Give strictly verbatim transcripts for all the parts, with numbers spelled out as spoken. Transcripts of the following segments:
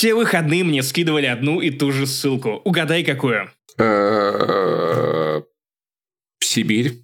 Все выходные мне скидывали одну и ту же ссылку. Угадай, какую? Сибирь.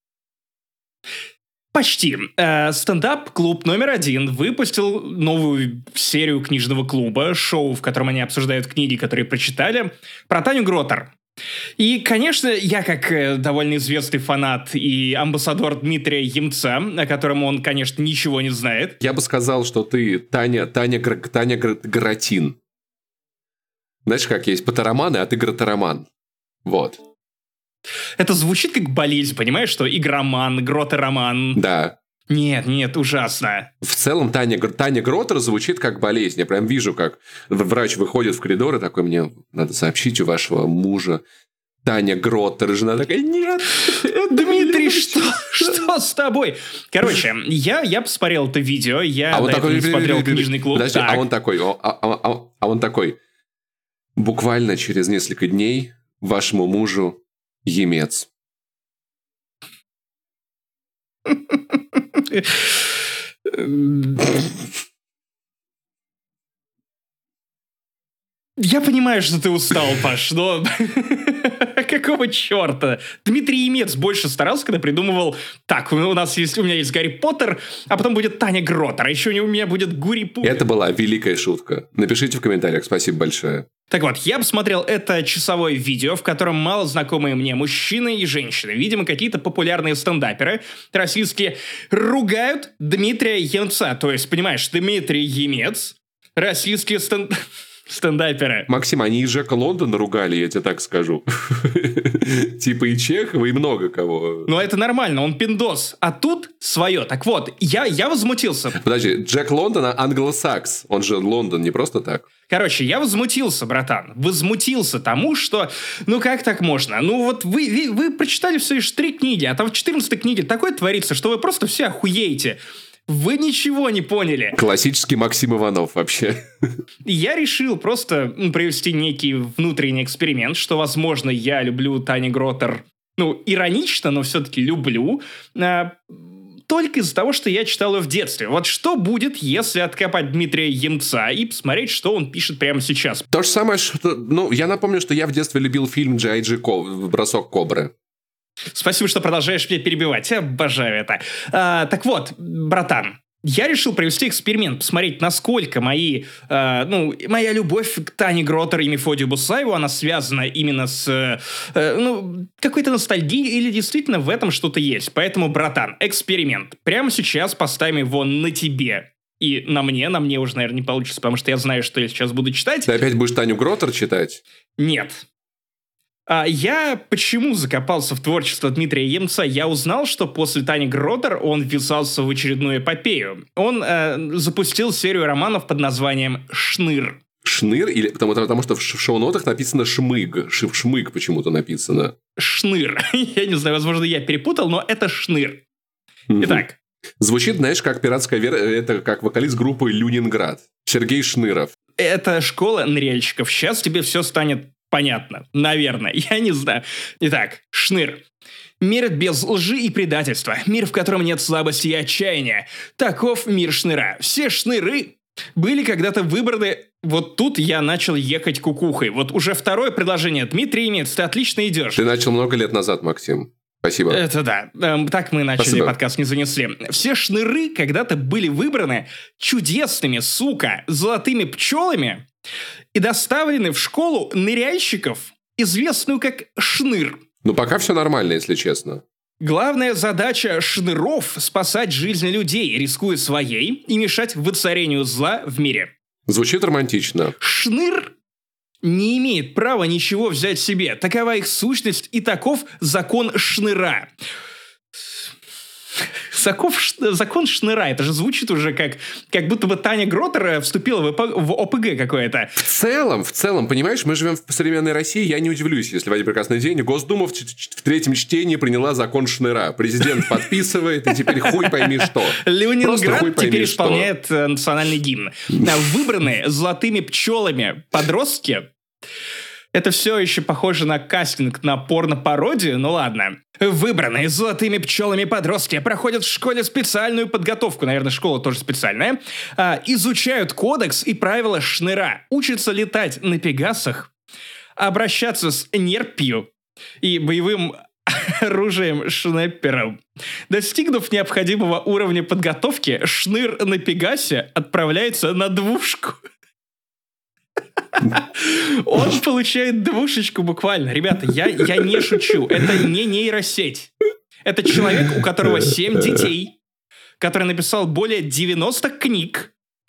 Почти. Стендап-клуб номер один выпустил новую серию книжного клуба, шоу, в котором они обсуждают книги, которые прочитали, про Таню Гротер. И, конечно, я, как довольно известный фанат и амбассадор Дмитрия Емца, о котором он, конечно, ничего не знает. Я бы сказал, что ты Таня, Таня, Гр... Таня Гр... Гратин. Знаешь, как есть патероманы, а ты гротероман. Вот. Это звучит как болезнь, понимаешь, что игроман, гротероман. Да. Нет, нет, ужасно. В целом Таня, Таня Гротер звучит как болезнь. Я прям вижу, как врач выходит в коридор и такой: мне надо сообщить у вашего мужа Таня Гротер. И жена такая: нет. Дмитрий, что, что с тобой? Короче, я, я посмотрел это видео, я а до он этого такой, не смотрел книжный клуб. Подожди, так. а он такой, а, а, а, а он такой: буквально через несколько дней вашему мужу Емец. Я понимаю, что ты устал, Паш, но какого черта? Дмитрий Емец больше старался, когда придумывал: так, у нас есть, у меня есть Гарри Поттер, а потом будет Таня Гротер, а еще у меня будет Гури Пури. Это была великая шутка. Напишите в комментариях, спасибо большое. Так вот, я посмотрел это часовое видео, в котором мало знакомые мне мужчины и женщины, видимо, какие-то популярные стендаперы российские, ругают Дмитрия Емца. То есть, понимаешь, Дмитрий Емец, российские стендаперы. Стендаперы. Максим, они и Джека Лондона ругали, я тебе так скажу. Типа и Чехова, и много кого. Ну, это нормально, он пиндос. А тут свое. Так вот, я, я возмутился. Подожди, Джек Лондон англосакс. Он же Лондон не просто так. Короче, я возмутился, братан. Возмутился тому, что... Ну, как так можно? Ну, вот вы, вы, вы прочитали всего лишь три книги, а там в четырнадцатой книге такое творится, что вы просто все охуеете. Вы ничего не поняли. Классический Максим Иванов вообще. Я решил просто ну, провести некий внутренний эксперимент, что, возможно, я люблю Таню Гротер, ну, иронично, но все-таки люблю, а, только из-за того, что я читал ее в детстве. Вот что будет, если откопать Дмитрия Емца и посмотреть, что он пишет прямо сейчас? То же самое, что... Ну, я напомню, что я в детстве любил фильм «Джей Джи Бросок Кобры». Спасибо, что продолжаешь меня перебивать. Я обожаю это. А, так вот, братан, я решил провести эксперимент, посмотреть, насколько мои, э, ну, моя любовь к Тане Гротер и Мефодию Бусаеву, она связана именно с э, ну, какой-то ностальгией или действительно в этом что-то есть. Поэтому, братан, эксперимент. Прямо сейчас поставим его на тебе. И на мне, на мне уже, наверное, не получится, потому что я знаю, что я сейчас буду читать. Ты опять будешь Таню Гротер читать? Нет. А я почему закопался в творчество Дмитрия Емца? Я узнал, что после Тани Гротер он ввязался в очередную эпопею. Он э, запустил серию романов под названием «Шныр». Шныр? Или, потому, потому что в шоу-нотах написано «шмыг». Шмыг почему-то написано. Шныр. Я не знаю, возможно, я перепутал, но это «Шныр». Итак. Звучит, знаешь, как пиратская версия, это как вокалист группы «Ленинград». Сергей Шныров. Это школа ныряльщиков. Сейчас тебе все станет понятно. Наверное. Я не знаю. Итак, Шныр. Мир без лжи и предательства. Мир, в котором нет слабости и отчаяния. Таков мир Шныра. Все шныры были когда-то выбраны... Вот тут я начал ехать кукухой. Вот уже второе предложение. Дмитрий Емец, ты отлично идешь. Ты начал много лет назад, Максим. Спасибо. Это да. Эм, так мы начали Спасибо. Подкаст «Не занесли». Все шныры когда-то были выбраны чудесными, сука, золотыми пчелами и доставлены в школу ныряльщиков, известную как Шныр. Ну, пока все нормально, если честно. Главная задача шныров – спасать жизни людей, рискуя своей, и мешать воцарению зла в мире. Звучит романтично. Шныр не имеет права ничего взять себе. Такова их сущность, и таков закон Шныра. Закон, закон Шныра. Это же звучит уже как, как будто бы Таня Гротер вступила в, в ОПГ какое-то. В целом, в целом, понимаешь, мы живем в современной России, я не удивлюсь, если в один прекрасный день Госдума в, в третьем чтении приняла закон Шныра. Президент подписывает, и теперь хуй пойми что. Ленинград теперь исполняет национальный гимн. Выбранные золотыми пчелами подростки Это все еще похоже на кастинг на порно-пародию, ну ладно. Выбранные золотыми пчелами подростки проходят в школе специальную подготовку, наверное, школа тоже специальная, а, изучают кодекс и правила шныра, учатся летать на пегасах, обращаться с нерпью и боевым оружием шнеппером. Достигнув необходимого уровня подготовки, шныр на пегасе отправляется на двушку. Он получает двушечку буквально. Ребята, я, я не шучу. Это не нейросеть. Это человек, у которого семь детей, который написал более девяноста книг.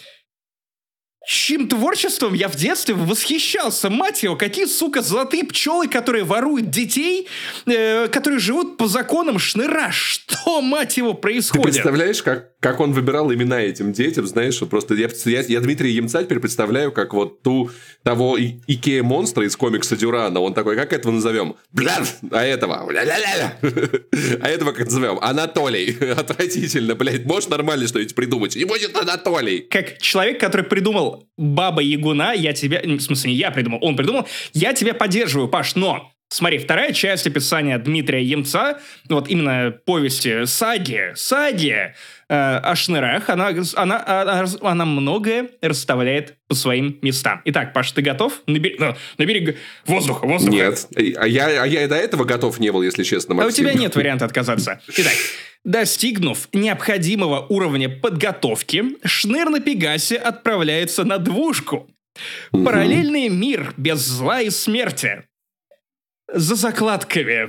Чьим творчеством я в детстве восхищался, мать его, какие, сука, золотые пчелы, которые воруют детей, э, которые живут по законам шныра. Что, мать его, происходит? Ты представляешь, как, как он выбирал имена этим детям, знаешь, вот просто я, я, я Дмитрия Емца теперь представляю, как вот ту, того и, Икея-монстра из комикса Дюрана, он такой, как этого назовем? Блядь, а этого? А этого как назовем? Анатолий. Отвратительно, блядь, можешь нормально что-нибудь придумать? Не будет Анатолий. Как человек, который придумал Баба-Ягуна, я тебя... В смысле, не я придумал, он придумал. Я тебя поддерживаю, Паш, но... Смотри, вторая часть описания Дмитрия Емца, вот именно повести саги, саги э, о шнырах, она, она, она, она многое расставляет по своим местам. Итак, Паш, ты готов? Набери, ну, набери воздуха, воздуха. Нет, а я, а я и до этого готов не был, если честно, Максим. А у тебя нет варианта отказаться. Итак, достигнув необходимого уровня подготовки, шныр на пегасе отправляется на двушку. Угу. Параллельный мир без зла и смерти. За закладками.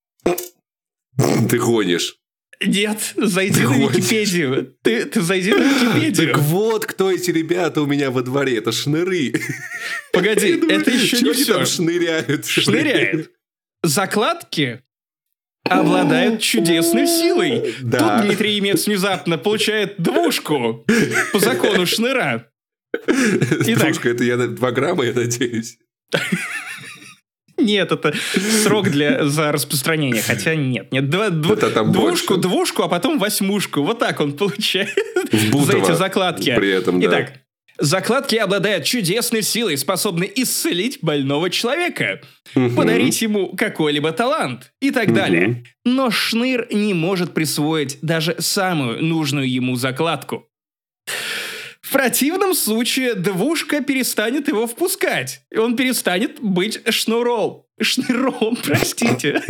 Ты гонишь. Нет, зайди ты на гонишь. Википедию. Ты, ты зайди на Википедию. Так вот, кто эти ребята у меня во дворе. Это шныры. Погоди, думаю, это еще не все. Там шныряют. Шныряют. Закладки обладают чудесной силой. Да. Тут Дмитрий Емец внезапно получает двушку по закону шныра. Двушка, это я два грамма, я надеюсь. Нет, это срок для, за распространение. Хотя нет. нет два, дв, двушку, больше. двушку, а потом восьмушку. Вот так он получает за эти закладки. При этом, да. Итак, закладки обладают чудесной силой, способны исцелить больного человека, угу. подарить ему какой-либо талант и так угу. далее. Но шныр не может присвоить даже самую нужную ему закладку. В противном случае двушка перестанет его впускать. И он перестанет быть шнуром. Шныром, простите.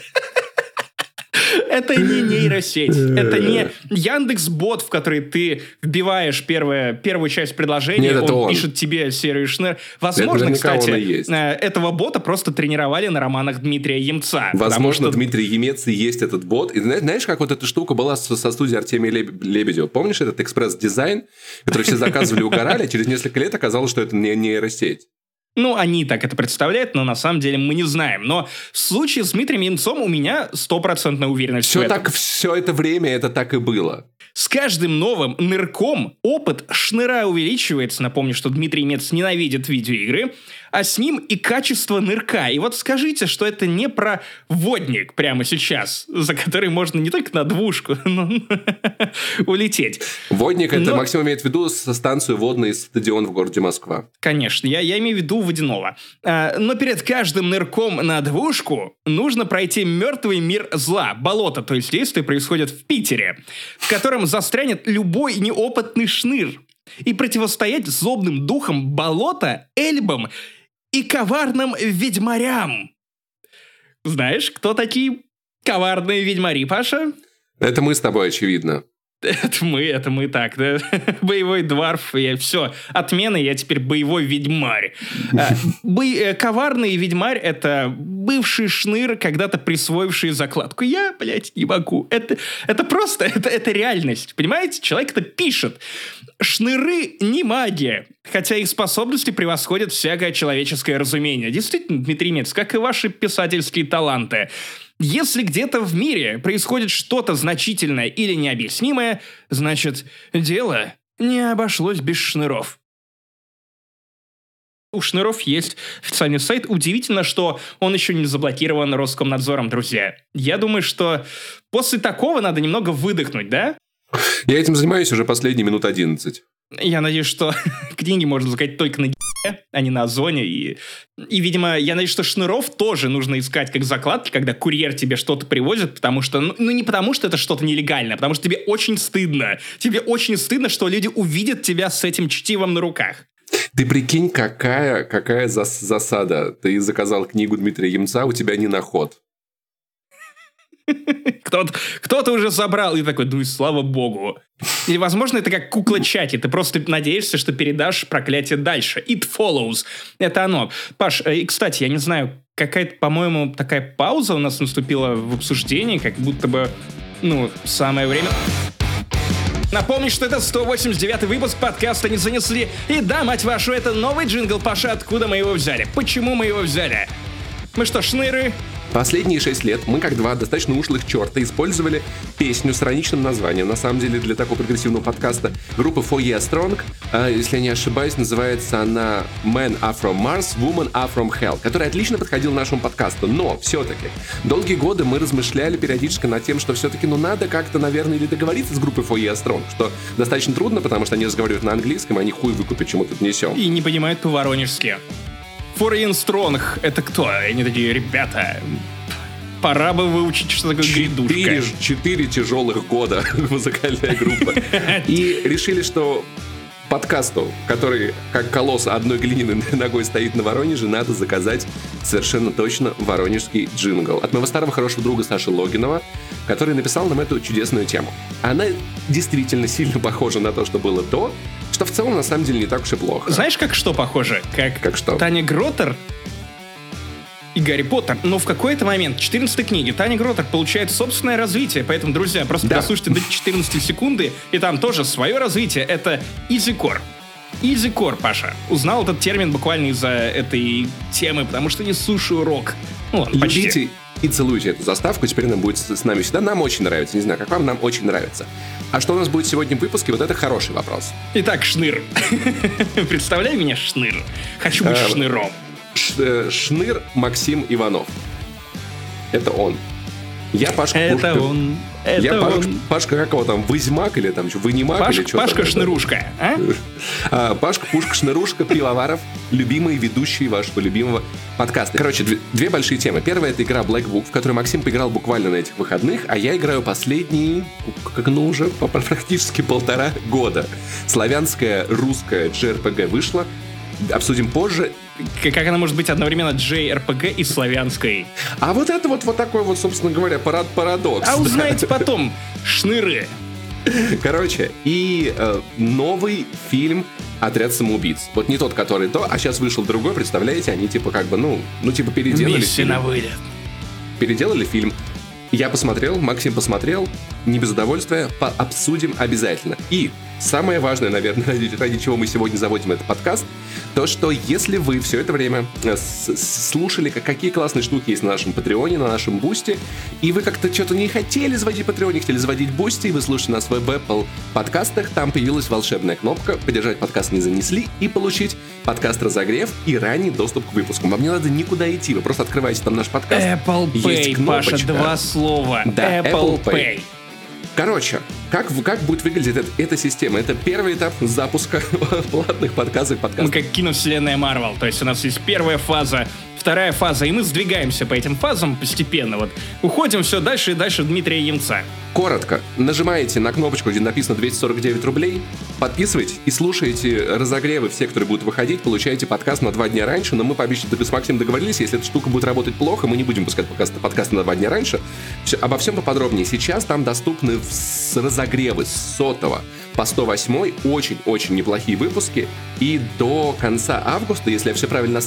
Это не нейросеть. Это не Яндекс.Бот, в который ты вбиваешь первое, первую часть предложения, Нет, он, он пишет тебе серию шныр. Возможно, это кстати, этого бота просто тренировали на романах Дмитрия Емца. Возможно, что... Дмитрий Емец и есть этот бот. И знаешь, как вот эта штука была со, со студией Артемия Лебедева? Помнишь этот экспресс-дизайн, который все заказывали, угорали, а через несколько лет оказалось, что это не нейросеть? Ну, они так это представляют, но на самом деле мы не знаем. Но в случае с Дмитрием Емцом у меня стопроцентная уверенность все в этом. Так, все это время это так и было. С каждым новым нырком опыт шныра увеличивается. Напомню, что Дмитрий Емец ненавидит видеоигры, а с ним и качество нырка. И вот скажите, что это не про водник прямо сейчас, за который можно не только на двушку, но улететь. Водник, это, но... Максим имеет в виду со станцию водный стадион в городе Москва. Конечно, я, я имею в виду водяного. А, но перед каждым нырком на двушку нужно пройти мертвый мир зла, болото, то есть действие происходит в Питере, в котором застрянет любой неопытный шныр, и противостоять злобным духам болота, эльбам и коварным ведьмарям. Знаешь, кто такие коварные ведьмари, Паша? Это мы с тобой, очевидно. Это мы, это мы так, да? Боевой дварф, я все, отмена, я теперь боевой ведьмарь. А, бо- коварный ведьмарь — это бывший шныр, когда-то присвоивший закладку. Я, блядь, не могу. Это, это просто, это, это реальность, понимаете? Человек это пишет. Шныры не магия, хотя их способности превосходят всякое человеческое разумение. Действительно, Дмитрий Емец, как и ваши писательские таланты. Если где-то в мире происходит что-то значительное или необъяснимое, значит, дело не обошлось без шныров. У шныров есть официальный сайт. Удивительно, что он еще не заблокирован Роскомнадзором, друзья. Я думаю, что после такого надо немного выдохнуть, да? Я этим занимаюсь уже последние минут одиннадцать. Я надеюсь, что книги можно заказать только на а не на Озоне. И, и, видимо, я надеюсь, что шнуров тоже нужно искать как закладки, когда курьер тебе что-то привозит, потому что, ну, ну не потому что это что-то нелегальное, а потому что тебе очень стыдно. Тебе очень стыдно, что люди увидят тебя с этим чтивом на руках. Ты прикинь, какая, какая зас- засада. Ты заказал книгу Дмитрия Емца, у тебя не на ход. Кто-то, кто-то уже забрал и такой, ну и слава богу. Или, возможно, это как кукла-чаки. Ты просто надеешься, что передашь проклятие дальше. It follows. Это оно. Паш, и, кстати, я не знаю, какая-то, по-моему, такая пауза у нас наступила в обсуждении, как будто бы, ну, самое время... Напомню, что это сто восемьдесят девятый выпуск подкаста «Не занесли». И да, мать вашу, это новый джингл. Паша, откуда мы его взяли? Почему мы его взяли? Мы что, шныры? Последние шесть лет мы, как два достаточно ушлых черта, использовали песню с ироничным названием, на самом деле, для такого прогрессивного подкаста, группы four year Strong. Э, если я не ошибаюсь, называется она Men Are From Mars, Women Are From Hell, которая отлично подходила нашему подкасту. Но все-таки долгие годы мы размышляли периодически над тем, что все-таки, ну, надо как-то, наверное, или договориться с группой four year Strong, что достаточно трудно, потому что они разговаривают на английском, и они хуй выкупят, чем мы тут несем. И не понимают по-воронежски. four year Strong — это кто? Они такие, ребята, пора бы выучить, что такое грядушка. Четыре, четыре тяжелых года музыкальная группа. И решили, что подкасту, который как колосс одной глиняной ногой стоит на Воронеже, надо заказать совершенно точно воронежский джингл. От моего старого хорошего друга Саши Логинова, который написал нам эту чудесную тему. Она действительно сильно похожа на то, что было до, что в целом на самом деле не так уж и плохо. Знаешь, как что похоже? Как, как что? Таня Гротер и Гарри Поттер. Но в какой-то момент, в четырнадцатой книге, Таня Гротер получает собственное развитие. Поэтому, друзья, просто да. Послушайте до четырнадцатой секунды, и там тоже свое развитие. Это изикор. Изикор, Паша. Узнал этот термин буквально из-за этой темы, потому что не слушаю рок. Ну, ладно, почти. Любите и целуйте эту заставку. Теперь она будет с нами всегда. Нам очень нравится. Не знаю, как вам, нам очень нравится. А что у нас будет сегодня в выпуске? Вот это хороший вопрос. Итак, шныр. Представляй меня шныр. Хочу быть шныром. Шныр Максим Иванов. Это он. Я Пашка Это Пушка. он. Это Я он. Паш, Пашка, как его там, Вызьмак или там, что, Вынимак Паш, или что? Пашка Шнырушка, а? а? Пашка Пушка Шнырушка Пивоваров, любимый ведущий вашего любимого подкаста. Короче, две, две большие темы. Первая — это игра Black Book, в которую Максим поиграл буквально на этих выходных, а я играю последние, как ну уже практически полтора года. Славянская русская джей ар пи джи вышла. Обсудим позже. Как она может быть одновременно джей ар пи джи и славянской? А вот это вот, вот такой вот, собственно говоря, парад, парадокс. А узнаете да. потом. Шныры. Короче, и э, новый фильм «Отряд самоубийц». Вот не тот, который то, а сейчас вышел другой, представляете? Они типа как бы, ну, ну типа переделали Вместе фильм. на вылет. Переделали фильм. Я посмотрел, Максим посмотрел, не без удовольствия, обсудим обязательно. И самое важное, наверное, ради, ради чего мы сегодня заводим этот подкаст, то, что если вы все это время слушали, какие классные штуки есть на нашем Патреоне, на нашем Бусти, и вы как-то что-то не хотели заводить Патреон, не хотели заводить Бусти, и вы слушаете нас в Apple подкастах, там появилась волшебная кнопка «Поддержать подкаст не занесли» и получить подкаст «Разогрев» и ранний доступ к выпускам. Вам не надо никуда идти, вы просто открываете там наш подкаст. Apple Pay, Паша, два слова. Да, Apple, Apple Pay. Pay. Короче, как, как будет выглядеть эта, эта система? Это первый этап запуска платных подкастов. подкастов. Мы как киновселенная Marvel. То есть у нас есть первая фаза, вторая фаза, и мы сдвигаемся по этим фазам постепенно. Вот уходим все дальше и дальше Дмитрия Емца. Коротко. Нажимаете на кнопочку, где написано двести сорок девять рублей, подписывайтесь и слушаете разогревы, все, которые будут выходить, получаете подкаст на два дня раньше, но мы пообещали, с Максимом договорились, если эта штука будет работать плохо, мы не будем пускать подкаст, подкаст на два дня раньше. Все, обо всем поподробнее. Сейчас там доступны с разогревы с сотого по сто восьмой очень-очень неплохие выпуски, и до конца августа, если я все правильно...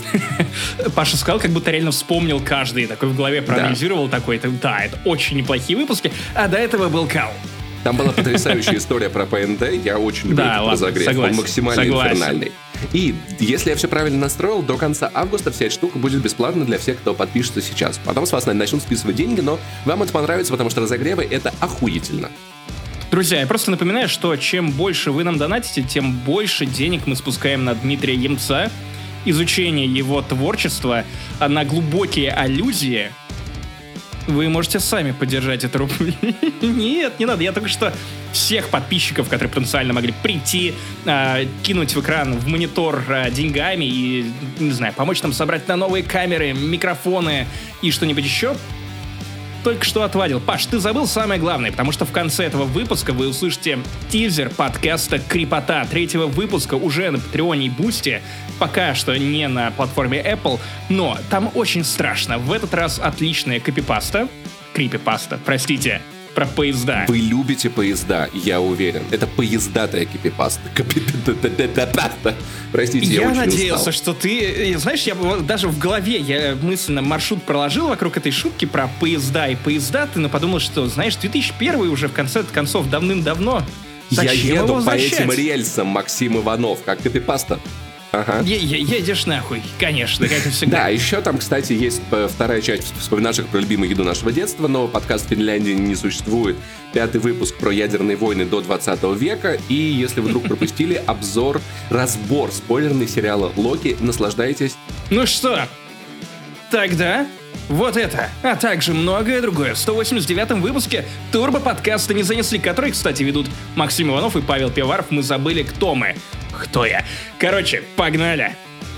Паша сказал, как будто реально вспомнил каждый, такой в голове проанализировал, да. такой, да, это очень неплохие выпуски, а до этого был Кал. Там была потрясающая история про пэ эн дэ, я очень люблю да, этот разогрев, согласен, он максимально согласен. инфернальный. И если я все правильно настроил, до конца августа вся эта штука будет бесплатна для всех, кто подпишется сейчас. Потом с вас, наверное, начнут списывать деньги, но вам это понравится, потому что разогревы — это охуительно. Друзья, я просто напоминаю, что чем больше вы нам донатите, тем больше денег мы спускаем на Дмитрия Емца. Изучение его творчества, на глубокие аллюзии Вы можете сами поддержать эту рубрику. Нет, не надо. Я только что всех подписчиков, которые потенциально могли прийти, э, кинуть в экран, в монитор э, деньгами и, не знаю, помочь нам собрать на новые камеры, микрофоны и что-нибудь еще, только что отвадил. Паш, ты забыл самое главное, потому что в конце этого выпуска вы услышите тизер подкаста «Крипота», третьего выпуска уже на Патреоне и Бусти, пока что не на платформе Apple, но там очень страшно. В этот раз отличная копипаста, крипипаста, простите, про поезда. Вы любите поезда, я уверен. Это поездатая кипипаста. Простите, я, я очень надеялся, устал. что ты... Знаешь, я даже в голове я мысленно маршрут проложил вокруг этой шутки про поезда и поезда. Ты подумал, что, знаешь, две тысячи первый уже в конце концов давным-давно. Я Зачем еду его по возвращать? этим рельсам, Максим Иванов, как копипаста. Ага. Е- е- едешь нахуй, конечно, как и всегда. Да, еще там, кстати, есть э, вторая часть вспоминашек про любимую еду нашего детства, но подкаст «Финляндии не существует». Пятый выпуск про ядерные войны до двадцатого века. И, если вы вдруг пропустили, обзор, разбор спойлерный сериала «Локи». Наслаждайтесь. Ну что, тогда вот это, а также многое другое в сто восемьдесят девятом выпуске турбо-подкаста «Не занесли», который, кстати, ведут Максим Иванов и Павел Пивоваров. Мы забыли, кто мы. Кто я? Короче, погнали!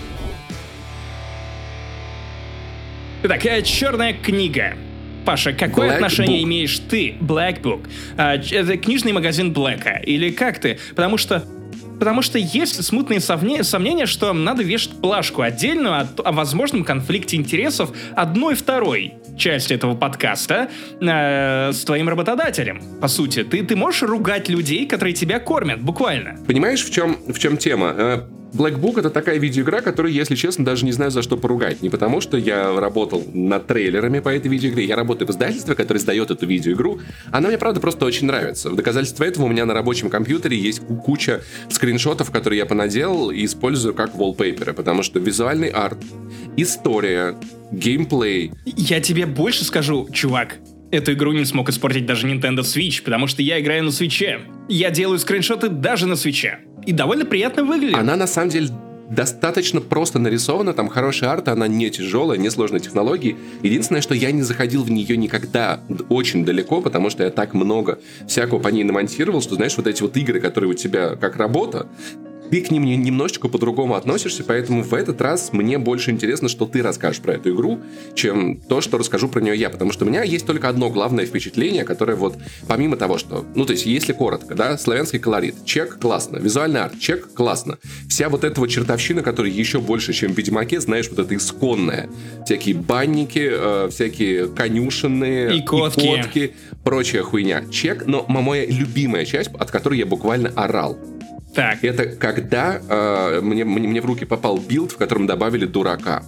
Итак, «Черная книга». Паша, какое Black отношение Book. имеешь ты, Black Book? А, ч- это книжный магазин Блэка? Или как ты? Потому что... Потому что есть смутные совне- сомнения, что надо вешать плашку отдельную о, о возможном конфликте интересов одной второй части этого подкаста э, с твоим работодателем. По сути, ты, ты можешь ругать людей, которые тебя кормят, буквально. Понимаешь, в чем, в чем тема? Э, Black Book — это такая видеоигра, которую, если честно, даже не знаю, за что поругать. Не потому, что я работал над трейлерами по этой видеоигре. Я работаю в издательстве, которое издает эту видеоигру. Она мне, правда, просто очень нравится. В доказательство этого у меня на рабочем компьютере есть куча скриншотов, которые я понаделал и использую как wallpaper, потому что визуальный арт, история, геймплей... Я тебе больше скажу, чувак. Эту игру не смог испортить даже Nintendo Switch, потому что я играю на Switch'е. Я делаю скриншоты даже на Switch'е. И довольно приятно выглядит. Она, на самом деле, достаточно просто нарисована, там хорошая арта, она не тяжелая, не сложные технологии. Единственное, что я не заходил в нее никогда очень далеко, потому что я так много всякого по ней намонтировал, что, знаешь, вот эти вот игры, которые у тебя как работа, ты к ним немножечко по-другому относишься, поэтому в этот раз мне больше интересно, что ты расскажешь про эту игру, чем то, что расскажу про нее я, потому что у меня есть только одно главное впечатление, которое вот, помимо того, что, ну, то есть, если коротко, да, славянский колорит, чек, классно, визуальный арт, чек, классно, вся вот эта вот чертовщина, которая еще больше, чем в Ведьмаке, знаешь, вот это исконная, всякие банники, э, всякие конюшенные, И котки. и котки, прочая хуйня, чек, но моя любимая часть, от которой я буквально орал. Так. Это когда э, мне, мне, мне в руки попал билд, в котором добавили дурака.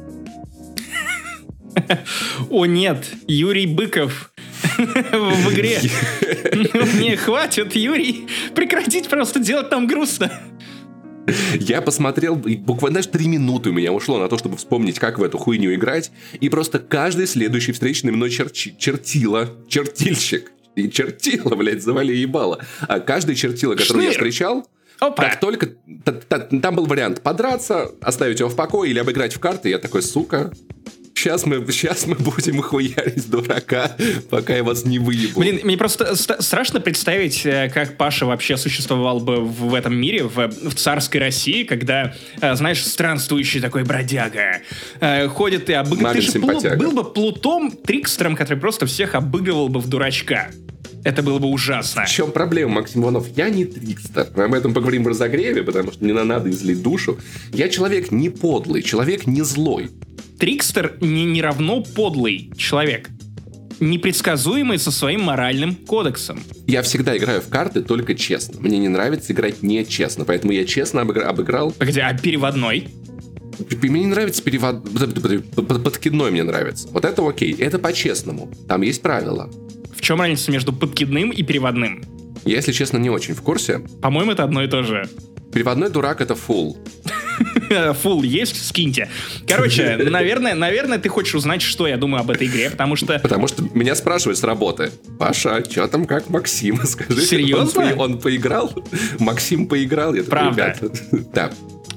О нет, Юрий Быков в игре. Мне хватит, Юрий. Прекратить просто делать нам грустно. Я посмотрел, и буквально даже три минуты у меня ушло на то, чтобы вспомнить, как в эту хуйню играть. И просто каждый следующий встречный мной черчи, чертила, чертильщик. И чертила, блядь, завали ебало. А каждый чертила, который я встречал, Опа. как только... Т- т- там был вариант подраться, оставить его в покое или обыграть в карты. Я такой, сука, сейчас мы, сейчас мы будем хуярить дурака, пока я вас не выебу. Блин, мне просто ст- страшно представить, э, как Паша вообще существовал бы в, в этом мире, в, в царской России, когда, э, знаешь, странствующий такой бродяга э, ходит и обыгрывает. Ты же плу- был бы Плутом, трикстером, который просто всех обыгрывал бы в дурачка. Это было бы ужасно. В чем проблема, Максим Иванов? Я не трикстер. Мы об этом поговорим в разогреве, потому что мне надо излить душу. Я человек не подлый, человек не злой. Трикстер не, не равно подлый человек. Непредсказуемый со своим моральным кодексом. Я всегда играю в карты только честно. Мне не нравится играть нечестно, поэтому я честно обыгра- обыграл... Погоди, а переводной? Мне не нравится перевод... Подкидной мне нравится. Вот это окей, это по-честному. Там есть правила. В чем разница между подкидным и переводным? Я, если честно, не очень в курсе. По-моему, это одно и то же. Переводной дурак — это фул. Фул есть? Скиньте. Короче, наверное, наверное, ты хочешь узнать, что я думаю об этой игре, потому что... Потому что меня спрашивают с работы: Паша, что там, как Максим? Скажи. Серьезно? Он, он поиграл? Максим поиграл? Я такой, правда. ребята, да.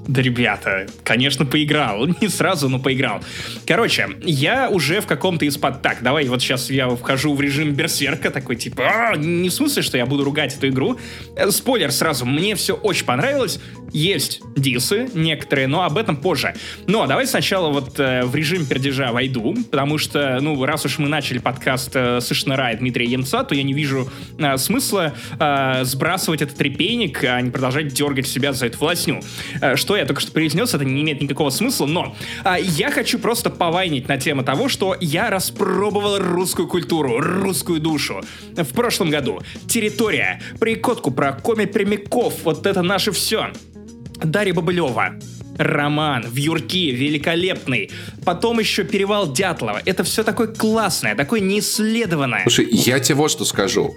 Да, ребята, конечно, поиграл. Не сразу, но поиграл. Короче, я уже в каком-то из-под... Так, давай, вот сейчас я вхожу в режим берсерка, такой, типа, а, не в смысле, что я буду ругать эту игру. Спойлер сразу, мне все очень понравилось. Есть дисы некоторые, но об этом позже. Но давай сначала вот э, в режим пердежа войду, потому что, ну, раз уж мы начали подкаст э, «Сышный рай» Дмитрия Емца, то я не вижу э, смысла э, сбрасывать этот репейник, а не продолжать дергать себя за эту волосню. Э, что я только что произнес, это не имеет никакого смысла, но э, я хочу просто повайнить на тему того, что я распробовал русскую культуру, русскую душу. В прошлом году «Территория», «Прикотку», про коми-прямиков, вот это наше все. Дарья Бобылева, роман «Вьюрки», великолепный. Потом еще «Перевал Дятлова». Это все такое классное, такое неисследованное. Слушай, я тебе вот что скажу.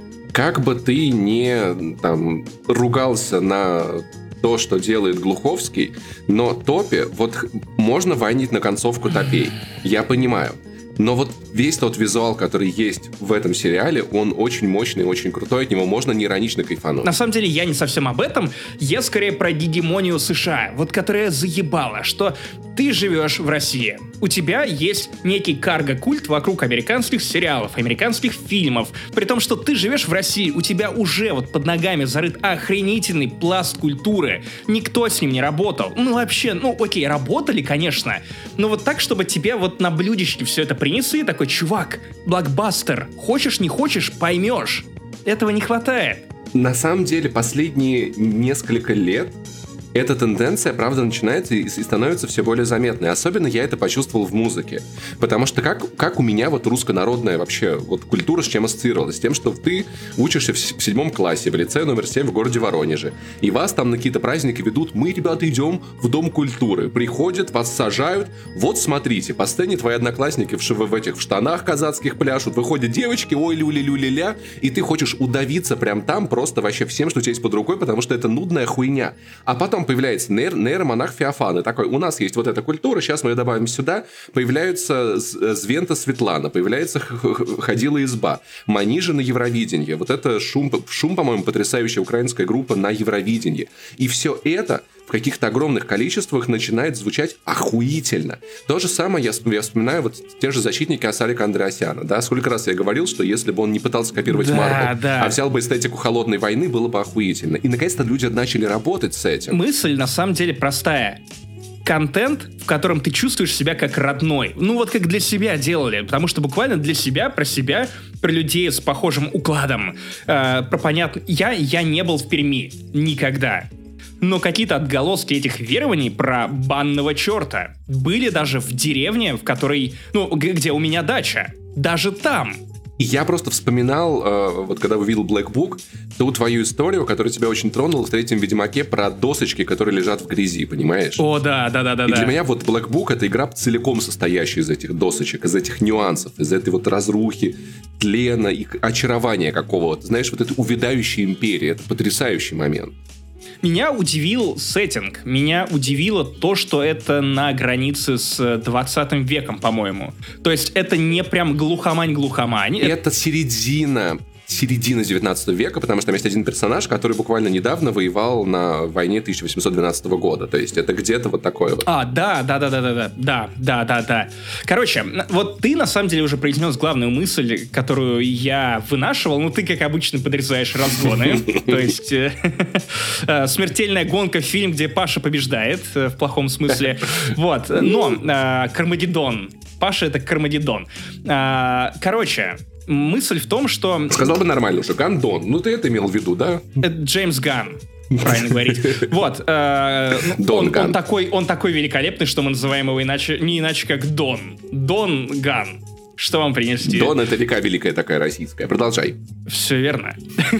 Как бы ты не там ругался на то, что делает Глуховский, но Топи, вот можно ванить на концовку топей. Я понимаю. Но вот весь тот визуал, который есть в этом сериале, он очень мощный, очень крутой, от него можно неиронично кайфануть. На самом деле я не совсем об этом, я скорее про гегемонию США, вот которая заебала, что ты живешь в России, у тебя есть некий карго-культ вокруг американских сериалов, американских фильмов, при том, что ты живешь в России, у тебя уже вот под ногами зарыт охренительный пласт культуры, никто с ним не работал, ну вообще, ну окей, работали, конечно, но вот так, чтобы тебе вот на блюдечке все это принесли, такой, чувак, блокбастер, хочешь, не хочешь, поймешь. Этого не хватает. На самом деле, последние несколько лет эта тенденция, правда, начинается и становится все более заметной. Особенно я это почувствовал в музыке. Потому что как, как у меня вот руссконародная вообще вот культура с чем ассоциировалась? С тем, что ты учишься в седьмом классе в лицее номер семь в городе Воронеже. И вас там на какие-то праздники ведут. Мы, ребята, идем в Дом культуры. Приходят, вас сажают. Вот смотрите, по сцене твои одноклассники в, в этих в штанах казацких пляшут. Выходят девочки, ой, люли-люли-ля. И ты хочешь удавиться прям там просто вообще всем, что у тебя есть под рукой, потому что это нудная хуйня. А потом появляется нейр, нейромонах Феофан. И такой, у нас есть вот эта культура, сейчас мы ее добавим сюда. Появляются Звента Светлана, появляется Ходила изба, Манижа на Евровидении. Вот это шум, шум, по-моему, потрясающая украинская группа на Евровидении. И все это в каких-то огромных количествах начинает звучать охуительно. То же самое я, я вспоминаю вот те же защитники Асарика Андреасяна. Да? Сколько раз я говорил, что если бы он не пытался копировать да, Марвел, да. а взял бы эстетику холодной войны, было бы охуительно. И наконец-то люди начали работать с этим. Мысль на самом деле простая. Контент, в котором ты чувствуешь себя как родной. Ну вот как для себя делали. Потому что буквально для себя, про себя, про людей с похожим укладом. Э, про понятно... Я, я не был в Перми. Никогда. Но какие-то отголоски этих верований про банного черта были даже в деревне, в которой... Ну, где у меня дача. Даже там. И я просто вспоминал, э, вот когда увидел Black Book, ту твою историю, которая тебя очень тронула в третьем Ведьмаке про досочки, которые лежат в грязи, понимаешь? О, да, да, да, да. И да. для меня вот Black Book — это игра целиком состоящая из этих досочек, из этих нюансов, из этой вот разрухи, тлена и очарования какого-то. Знаешь, вот эта увядающая империя. Это потрясающий момент. Меня удивил сеттинг. Меня удивило то, что это на границе с двадцатым веком, по-моему. То есть это не прям глухомань-глухомань. Это середина... середина девятнадцатого века, потому что там есть один персонаж, который буквально недавно воевал на войне тысяча восемьсот двенадцатого года. То есть это где-то вот такое вот. А, да, да, да, да, да, да, да, да, да, да. Короче, вот ты на самом деле уже произнес главную мысль, которую я вынашивал. Ну, ты, как обычно, подрезаешь разгоны. То есть смертельная гонка, фильм, где Паша побеждает, в плохом смысле. Вот. Но Кармагеддон. Паша — это Кармагеддон. Короче, мысль в том, что... Сказал бы нормально уже, Гандон. Ну, ты это имел в виду, да? Это Джеймс Ганн, правильно говорить. Вот. Э, Дон он, Ганн. Он такой, он такой великолепный, что мы называем его иначе, не иначе, как Дон. Дон Ганн. Что вам принести? Дон — это река великая такая российская. Продолжай. Все верно.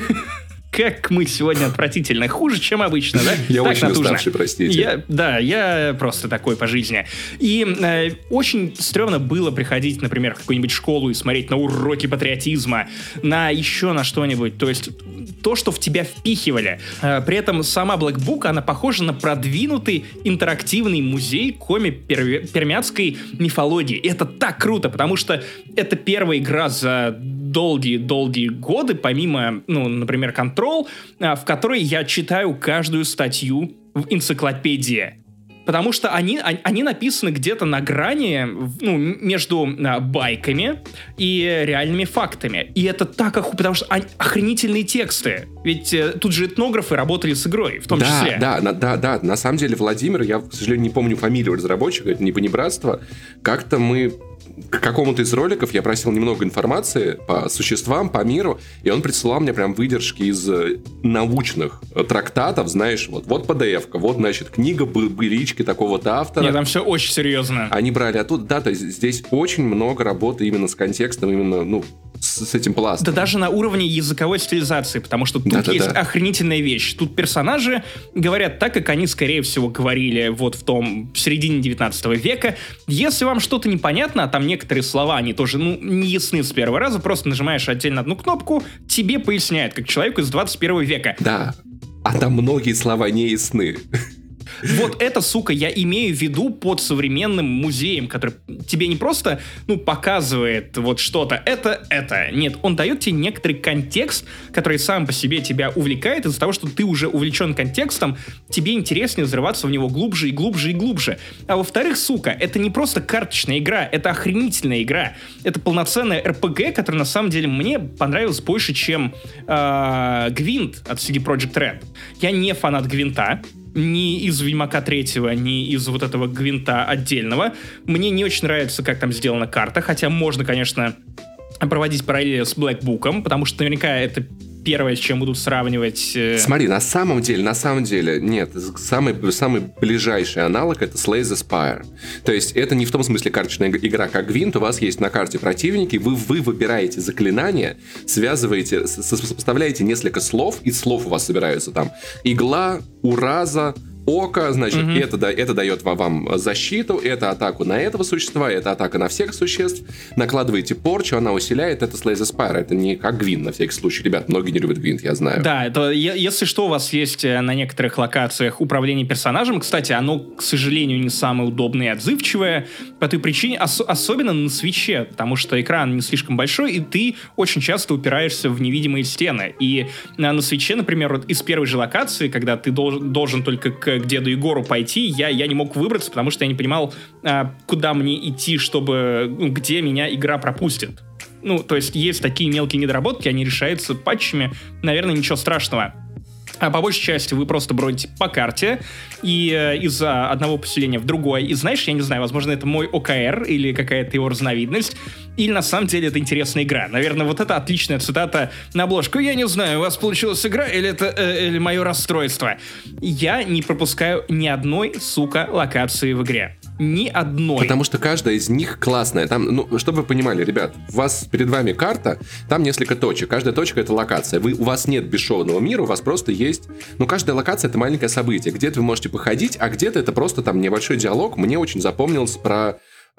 Как мы сегодня отвратительно. Хуже, чем обычно, да? Я так очень натужно. уставший, простите. Я, да, я просто такой по жизни. И э, очень стрёмно было приходить, например, в какую-нибудь школу и смотреть на уроки патриотизма, на еще на что-нибудь. То есть то, что в тебя впихивали. Э, при этом сама Black Book, она похожа на продвинутый интерактивный музей коми-пермяцкой мифологии. И это так круто, потому что это первая игра за долгие-долгие годы, помимо, ну, например, Control, в которой я читаю каждую статью в энциклопедии. Потому что они, они написаны где-то на грани, ну, между а, байками и реальными фактами. И это так оху... Потому что они охренительные тексты. Ведь э, тут же этнографы работали с игрой, в том да, числе. Да, да, да, да. На самом деле, Владимир, я, к сожалению, не помню фамилию разработчика, это не понебратство. Как-то мы... К какому-то из роликов я просил немного информации по существам, по миру, и он присылал мне прям выдержки из научных трактатов, знаешь, вот, вот пи ди эф-ка, вот, значит, книга былички такого-то автора. Нет, там все очень серьезно. Они брали оттуда, да, то есть здесь очень много работы именно с контекстом, именно, ну, с, с этим пластом. Да даже на уровне языковой стилизации, потому что тут Да-да-да. есть охренительная вещь. Тут персонажи говорят так, как они, скорее всего, говорили вот в том в середине девятнадцатого века. Если вам что-то непонятно, а там некоторые слова, они тоже, ну, не ясны с первого раза, просто нажимаешь отдельно одну кнопку, тебе поясняют, как человеку из двадцать первого века. Да, а там многие слова не ясны. Вот это, сука, я имею в виду под современным музеем, который тебе не просто, ну, показывает вот что-то, это, это. Нет, он дает тебе некоторый контекст, который сам по себе тебя увлекает, из-за того, что ты уже увлечен контекстом, тебе интереснее взрываться в него глубже и глубже и глубже. А во-вторых, сука, это не просто карточная игра, это охренительная игра. Это полноценная эр пи джи, которая на самом деле мне понравилась больше, чем э, Гвинт от си ди Projekt Red. Я не фанат Гвинта, ни из Ведьмака третьего, ни из вот этого Гвинта отдельного. Мне не очень нравится, как там сделана карта, хотя можно, конечно, проводить параллели с Black Book'ом, потому что наверняка это первое, с чем будут сравнивать... Э... Смотри, на самом деле, на самом деле, нет, самый, самый ближайший аналог — это Slay the Spire. То есть это не в том смысле карточная игра, как Гвинт, у вас есть на карте противники, вы, вы выбираете заклинания, связываете, сопоставляете несколько слов, из слов у вас собираются там игла, ураза, око, значит, mm-hmm. это, да, это дает вам, вам защиту, это атаку на этого существа, это атака на всех существ, накладываете порчу, она усиляет, это Slay the Spire, это не как Гвинт, на всякий случай. Ребят, многие не любят Гвинт, я знаю. Да, это, если что, у вас есть на некоторых локациях управление персонажем, кстати, оно, к сожалению, не самое удобное и отзывчивое, по той причине, ос- особенно на свитче, потому что экран не слишком большой, и ты очень часто упираешься в невидимые стены, и на, на свитче, например, вот из первой же локации, когда ты должен, должен только к к деду Егору пойти, я, я не мог выбраться, потому что я не понимал, а, куда мне идти, чтобы, ну, где меня игра пропустит. Ну, то есть есть такие мелкие недоработки, они решаются патчами, наверное, ничего страшного. А по большей части вы просто бродите по карте и э, из одного поселения в другое. И знаешь, я не знаю, возможно, это мой о ка эр или какая-то его разновидность, или на самом деле это интересная игра. Наверное, вот это отличная цитата на обложку. Я не знаю, у вас получилась игра или это э, или мое расстройство. Я не пропускаю ни одной, сука, локации в игре. Ни одной. Потому что каждая из них классная. Там, ну, чтобы вы понимали, ребят, у вас перед вами карта, там несколько точек. Каждая точка — это локация. Вы, у вас нет бесшовного мира, у вас просто есть... Ну, каждая локация — это маленькое событие. Где-то вы можете походить, а где-то это просто там небольшой диалог. Мне очень запомнился про...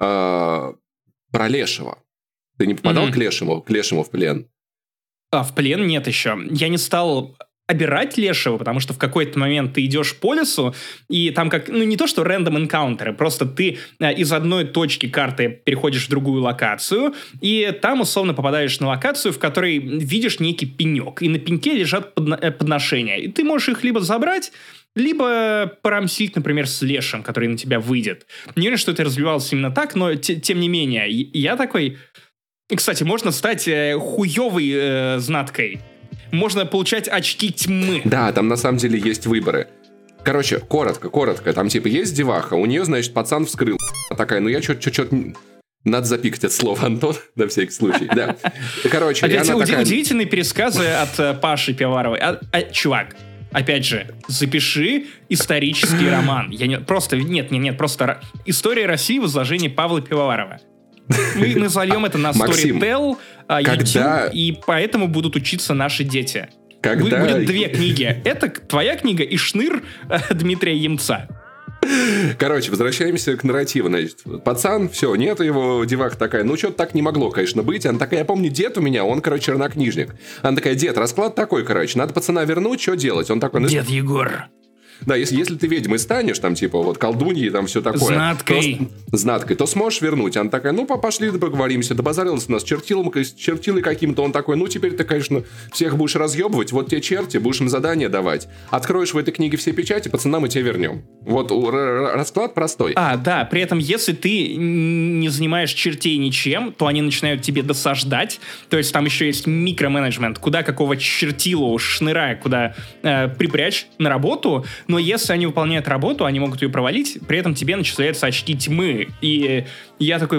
Э, про Лешего. Ты не попадал mm-hmm. к Лешему, к Лешему в плен? А, в плен нет еще. Я не стал... обирать Лешего, потому что в какой-то момент ты идешь по лесу, и там как, ну не то что рандом энкаунтеры, просто ты э, из одной точки карты переходишь в другую локацию, и там условно попадаешь на локацию, в которой видишь некий пенек, и на пеньке лежат подно- э, подношения, и ты можешь их либо забрать, либо порамсить, например, с Лешем, который на тебя выйдет. Не уверен, что это развивалось именно так, но т- тем не менее, я такой... И, кстати, можно стать э, хуёвой э, знаткой. Можно получать очки тьмы. Да, там на самом деле есть выборы. Короче, коротко, коротко. Там типа есть деваха, у нее, значит, пацан вскрыл. Такая, ну я что-то... что-то... Надо запикать это слово, Антон, на всякий случай. Да. Короче, Опять она уди- такая... удивительные пересказы от э, Паши Пивоваровой. А, а, чувак, опять же, запиши исторический роман. Я не... Просто... Нет, нет, нет, просто... ра- История России в изложении Павла Пивоварова. Мы, мы зальем это на Storytel, когда... YouTube, и поэтому будут учиться наши дети. Когда... Будет две книги. Это твоя книга и Шныр Дмитрия Емца. Короче, возвращаемся к нарративу. Значит, пацан, все, нет его, деваха такая, ну что-то так не могло, конечно, быть. Она такая, я помню, дед у меня, он, короче, чернокнижник. Она такая, дед, расклад такой, короче, надо пацана вернуть, что делать? Он такой... Ну, дед Егор. Да, если, если ты ведьмой станешь, там, типа, вот, колдуньей, там, все такое. Знаткой. То, знаткой, то сможешь вернуть. Она такая, ну, пошли, поговоримся. Добазарился у нас чертилом, чертилой каким-то. Он такой, ну, теперь ты, конечно, всех будешь разъебывать. Вот те черти, будешь им задания давать. Откроешь в этой книге все печати, пацана, мы тебе вернем. Вот расклад простой. А, да, при этом, если ты не занимаешь чертей ничем, то они начинают тебе досаждать. То есть там еще есть микроменеджмент, куда какого чертилу, шныра, куда э, припрячь на работу. Но если они выполняют работу, они могут ее провалить, при этом тебе начисляются очки тьмы. И я такой,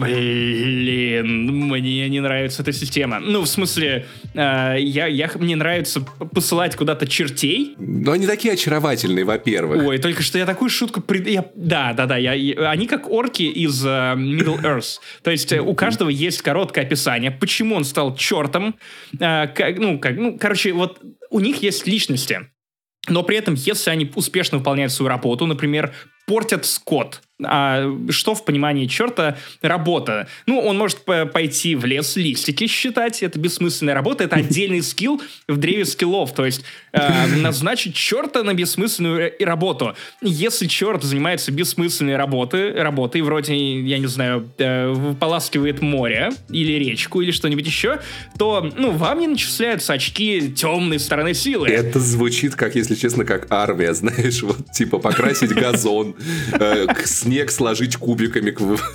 блин, мне не нравится эта система. Ну, в смысле, э, я, я, мне нравится посылать куда-то чертей. Но они такие очаровательные, во-первых. Ой, только что я такую шутку... При... Я... Да, да, да. Я... Я... Они как орки из uh, Middle Earth. То есть uh, у каждого есть короткое описание, почему он стал чертом. Uh, как, ну, как, ну, короче, вот у них есть личности. Но при этом, если они успешно выполняют свою работу, например, портят скот. А что в понимании черта работа? Ну, он может по- пойти в лес листики считать, это бессмысленная работа, это отдельный скилл в древе скиллов, то есть э, назначить черта на бессмысленную работу. Если черт занимается бессмысленной работой, работой, вроде, я не знаю, э, выполаскивает море или речку или что-нибудь еще, то, ну, вам не начисляются очки темной стороны силы. Это звучит, как, если честно, как армия, знаешь, вот, типа, покрасить газон, э, снег сложить кубиками.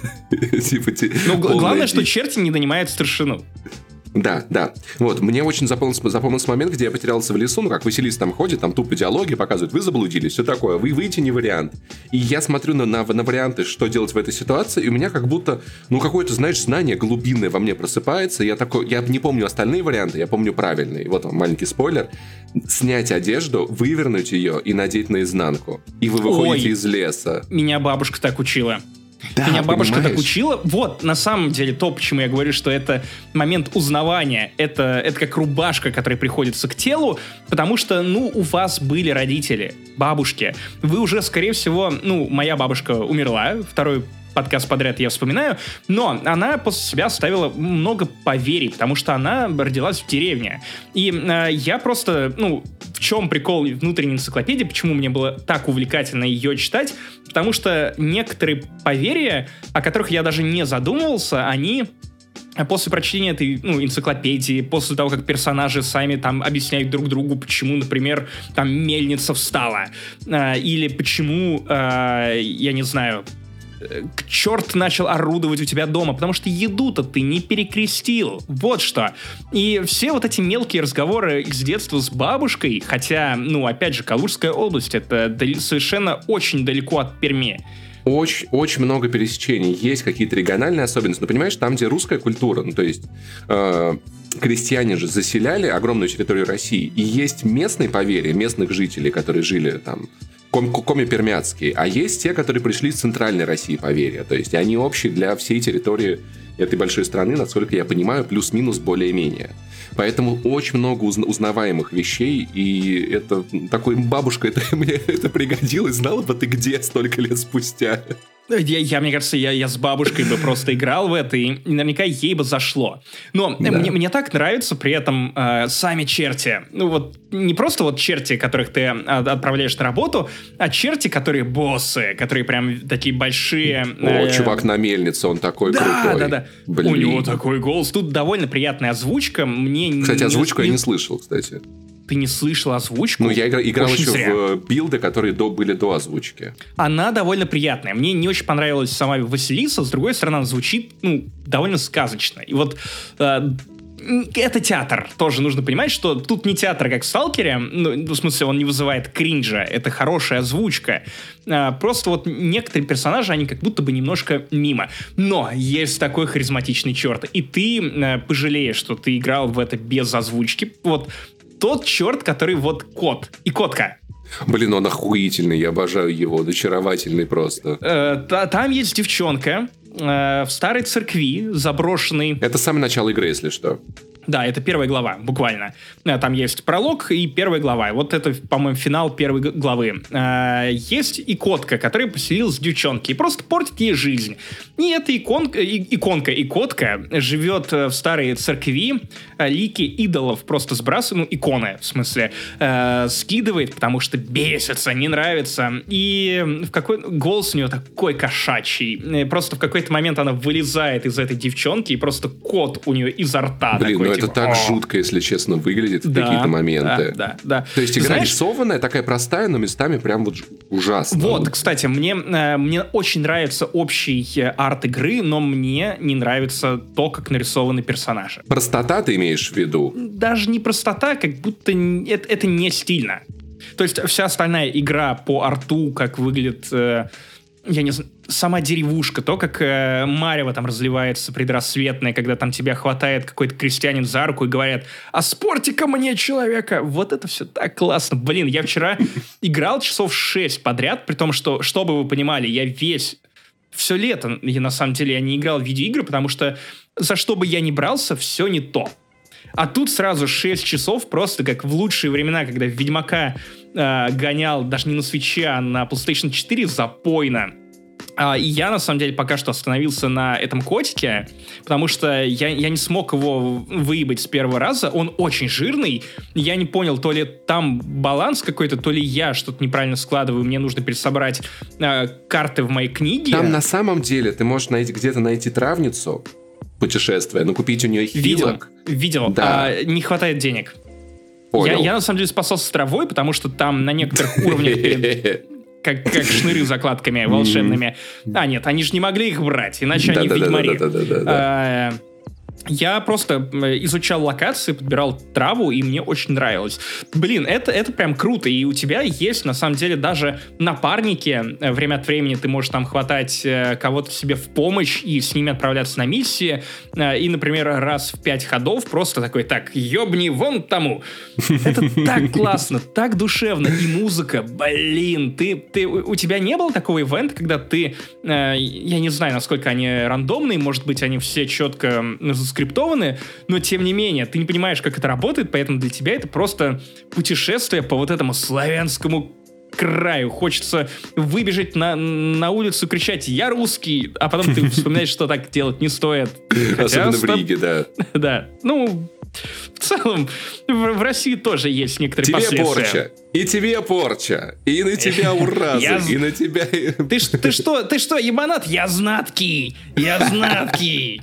Типа, ну, главное, что черти не донимают старшину. Да, да. Вот, мне очень запомнился, запомнился момент, где я потерялся в лесу, ну, как Василис там ходит, там тупо диалоги показывают, вы заблудились, все такое, вы выйти не вариант. И я смотрю на, на, на варианты, что делать в этой ситуации, и у меня как будто, ну, какое-то, знаешь, знание глубинное во мне просыпается, я такой, я не помню остальные варианты, я помню правильные. Вот вам маленький спойлер. Снять одежду, вывернуть ее и надеть наизнанку. И вы выходите Ой, из леса. Меня бабушка так учила. Да, Меня бабушка понимаешь? так учила. Вот, на самом деле, то, почему я говорю, что это момент узнавания. Это, это как рубашка, которая приходится к телу, потому что, ну, у вас были родители, бабушки. Вы уже, скорее всего, ну, моя бабушка умерла, второй подкаст подряд я вспоминаю, но она после себя оставила много поверий, потому что она родилась в деревне. И э, я просто, ну, в чем прикол внутренней энциклопедии, почему мне было так увлекательно ее читать, потому что некоторые поверья, о которых я даже не задумывался, они... После прочтения этой, ну, энциклопедии, после того, как персонажи сами там объясняют друг другу, почему, например, там мельница встала, э, или почему, э, я не знаю, черт начал орудовать у тебя дома, потому что еду-то ты не перекрестил. Вот что. И все вот эти мелкие разговоры из детства с бабушкой, хотя, ну, опять же, Калужская область, это совершенно очень далеко от Перми. Очень, очень много пересечений. Есть какие-то региональные особенности. Но понимаешь, там, где русская культура, ну, то есть э, крестьяне же заселяли огромную территорию России, и есть местные поверья, местных жителей, которые жили там, коми-пермяцкие, а есть те, которые пришли из центральной России поверья. То есть они общие для всей территории этой большой страны, насколько я понимаю, плюс-минус более-менее. Поэтому очень много узна- узнаваемых вещей, и это такой, бабушка, это мне это пригодилось, знала бы ты где столько лет спустя. Я, я, мне кажется, я, я с бабушкой бы просто играл в это, и наверняка ей бы зашло. Но да. мне, мне так нравятся при этом э, сами черти. Ну вот, не просто вот черти, которых ты отправляешь на работу, а черти, которые боссы, которые прям такие большие. О, э, чувак на мельнице, он такой да, крутой. Да, да, да. У него такой голос. Тут довольно приятная озвучка. Мне Кстати, не, озвучку не... я не слышал, кстати. Ты не слышал озвучку? Ну, я играл, играл еще зря. в билды, которые до, были до озвучки. Она довольно приятная. Мне не очень понравилась сама Василиса. С другой стороны, она звучит, ну, довольно сказочно. И вот... Э, это театр. Тоже нужно понимать, что тут не театр, как в «Сталкере». Ну, в смысле, он не вызывает кринжа. Это хорошая озвучка. А, просто вот некоторые персонажи, они как будто бы немножко мимо. Но есть такой харизматичный черт. И ты а, пожалеешь, что ты играл в это без озвучки. Вот тот черт, который вот кот и котка. Блин, он охуительный, я обожаю его, он очаровательный просто. Э, та, там есть девчонка э, в старой церкви, заброшенной. Это самое начало игры, если что. Да, это первая глава, буквально. Там есть пролог и первая глава. Вот это, по-моему, финал первой главы. Есть икотка, которая поселилась в девчонке и просто портит ей жизнь. И эта иконка, иконка, икотка живет в старой церкви, лики идолов просто сбрасывает, ну, иконы, в смысле, скидывает, потому что бесится, не нравится. И в какой голос у нее такой кошачий. Просто в какой-то момент она вылезает из этой девчонки, и просто кот у нее изо рта. Блин, такой, ну типа, это так «О». жутко, если честно, выглядит в Да, какие-то моменты. Да, да, да. То есть игра Знаешь, рисованная, такая простая, но местами прям вот ужасно. вот, кстати, мне, э, мне очень нравится общий э, арт игры, но мне не нравится то, как нарисованы персонажи. Простота ты имеешь в виду? Даже не простота, как будто н- это, это не стильно. То есть вся остальная игра по арту, как выглядит, э, я не знаю, сама деревушка, то, как э, марево там разливается предрассветное, когда там тебя хватает какой-то крестьянин за руку и говорят: «А спорьте-ка мне человека!» Вот это все так классно. Блин, я вчера играл часов шесть подряд, при том, что, чтобы вы понимали, я весь... Все лето, я, на самом деле, я не играл в видеоигры, потому что за что бы я ни брался, все не то. А тут сразу шесть часов, просто как в лучшие времена, когда в Ведьмака э, гонял даже не на Switch, а на PlayStation четыре запойно. А, и я, на самом деле, пока что остановился на этом котике, потому что я, я не смог его выебать с первого раза. Он очень жирный. Я не понял, то ли там баланс какой-то, то ли я что-то неправильно складываю. Мне нужно пересобрать э, карты в моей книге. Там на самом деле ты можешь найти, где-то найти травницу путешествия, но купить у нее хилок. Видел, видел. Да. А, не хватает денег. Понял. Я, я, на самом деле, спасался с травой, потому что там на некоторых уровнях перед... Как, как шныры с закладками волшебными. А, нет, они же не могли их брать, иначе они ведьмари. А, я просто изучал локации, подбирал траву, и мне очень нравилось. Блин, это, это прям круто. И у тебя есть, на самом деле, даже напарники. Время от времени ты можешь там хватать кого-то себе в помощь и с ними отправляться на миссии. И, например, раз в пять ходов просто такой: так, ёбни вон тому. Это так классно, так душевно. И музыка, блин, ты, ты, у тебя не было такого ивента, когда ты, я не знаю, насколько они рандомные, может быть, они все четко скриптованы, но тем не менее, ты не понимаешь, как это работает, поэтому для тебя это просто путешествие по вот этому славянскому краю. Хочется выбежать на, на улицу, кричать: «Я русский!», а потом ты вспоминаешь, что так делать не стоит. Особенно в Риге, да. Да, ну... В целом, в, в России тоже есть некоторые тебе последствия. Порча, и тебе порча, и на тебя уразы, Я... и на тебя... Ты, ты что, ты что, ебанат? Я знаткий, я знаткий.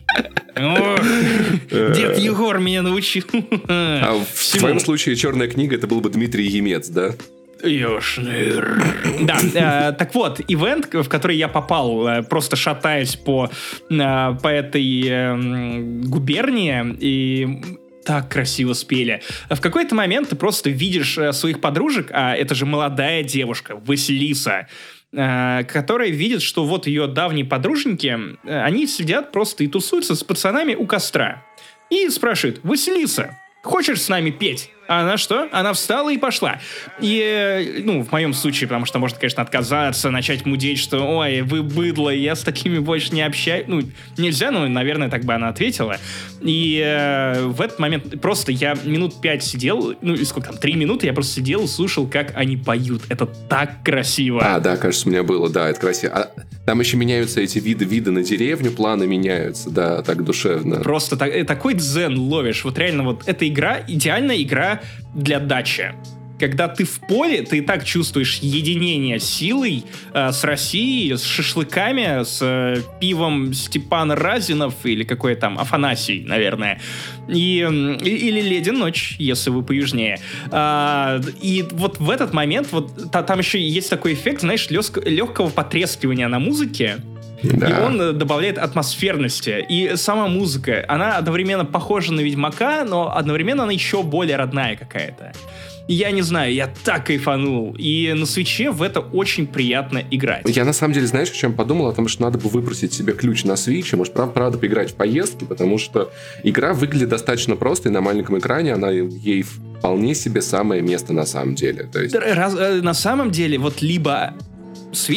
Дед Егор меня научил. А в твоем случае черная книга, это был бы Дмитрий Емец, да? Ёшныр. Да, э, так вот, ивент, в который я попал, э, просто шатаясь по, э, по этой э, губернии, и так красиво спели. В какой-то момент ты просто видишь э, своих подружек, а это же молодая девушка, Василиса, э, которая видит, что вот ее давние подруженьки, э, они сидят просто и тусуются с пацанами у костра. И спрашивают: «Василиса, хочешь с нами петь?» А она что? Она встала и пошла. И, ну, в моем случае, потому что можно, конечно, отказаться, начать мудеть, что: «Ой, вы быдло, я с такими больше не общаюсь». Ну, нельзя, но, наверное, так бы она ответила. И э, в этот момент просто я минут пять сидел, ну, и сколько там, три минуты я просто сидел и слушал, как они поют. Это так красиво. А, да, кажется, у меня было, да, это красиво. А там еще меняются эти виды, виды на деревню, планы меняются, да, так душевно. Просто так, такой дзен ловишь. Вот реально, вот эта игра, идеальная игра для дачи. Когда ты в поле, ты и так чувствуешь единение силой э, с Россией, с шашлыками, с э, пивом Степан Разинов или какой там, Афанасий, наверное. И, и, или «Леди ночь», если вы поюжнее. А, и вот в этот момент, вот та, там еще есть такой эффект, знаешь, лёг, легкого потрескивания на музыке. Да. И он добавляет атмосферности. И сама музыка, она одновременно похожа на Ведьмака, но одновременно она еще более родная какая-то. Я не знаю, я так кайфанул. И на Свитче в это очень приятно играть. Я на самом деле, знаешь, о чем подумал? О том, что надо бы выпросить себе ключ на Свитче. Может, правда, правда поиграть в поездки, потому что игра выглядит достаточно просто, и на маленьком экране она ей вполне себе самое место на самом деле. То есть... Раз, на самом деле, вот либо Switch,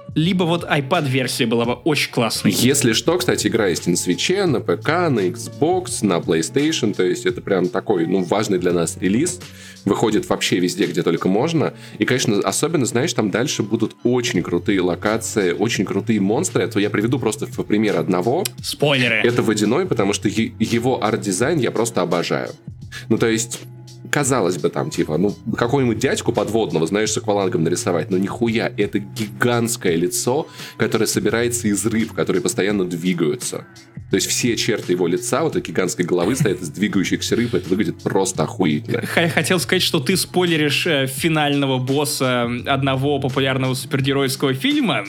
либо вот iPad-версия была бы очень классной. Если что, кстати, игра есть и на Switch, на ПК, на Xbox, на PlayStation, то есть это прям такой, ну, важный для нас релиз. Выходит вообще везде, где только можно. И, конечно, особенно, знаешь, там дальше будут очень крутые локации, очень крутые монстры. Это я приведу просто в пример одного. Спойлеры. Это Водяной, потому что е- его арт-дизайн я просто обожаю. Ну, то есть... Казалось бы, там, типа, ну, какого-нибудь дядьку подводного, знаешь, с аквалангом нарисовать, но нихуя, это гигантское лицо, которое собирается из рыб, которые постоянно двигаются. То есть все черты его лица, вот этой гигантской головы стоят из двигающихся рыб, это выглядит просто охуительно. Хотел сказать, что ты спойлеришь э, финального босса одного популярного супергеройского фильма,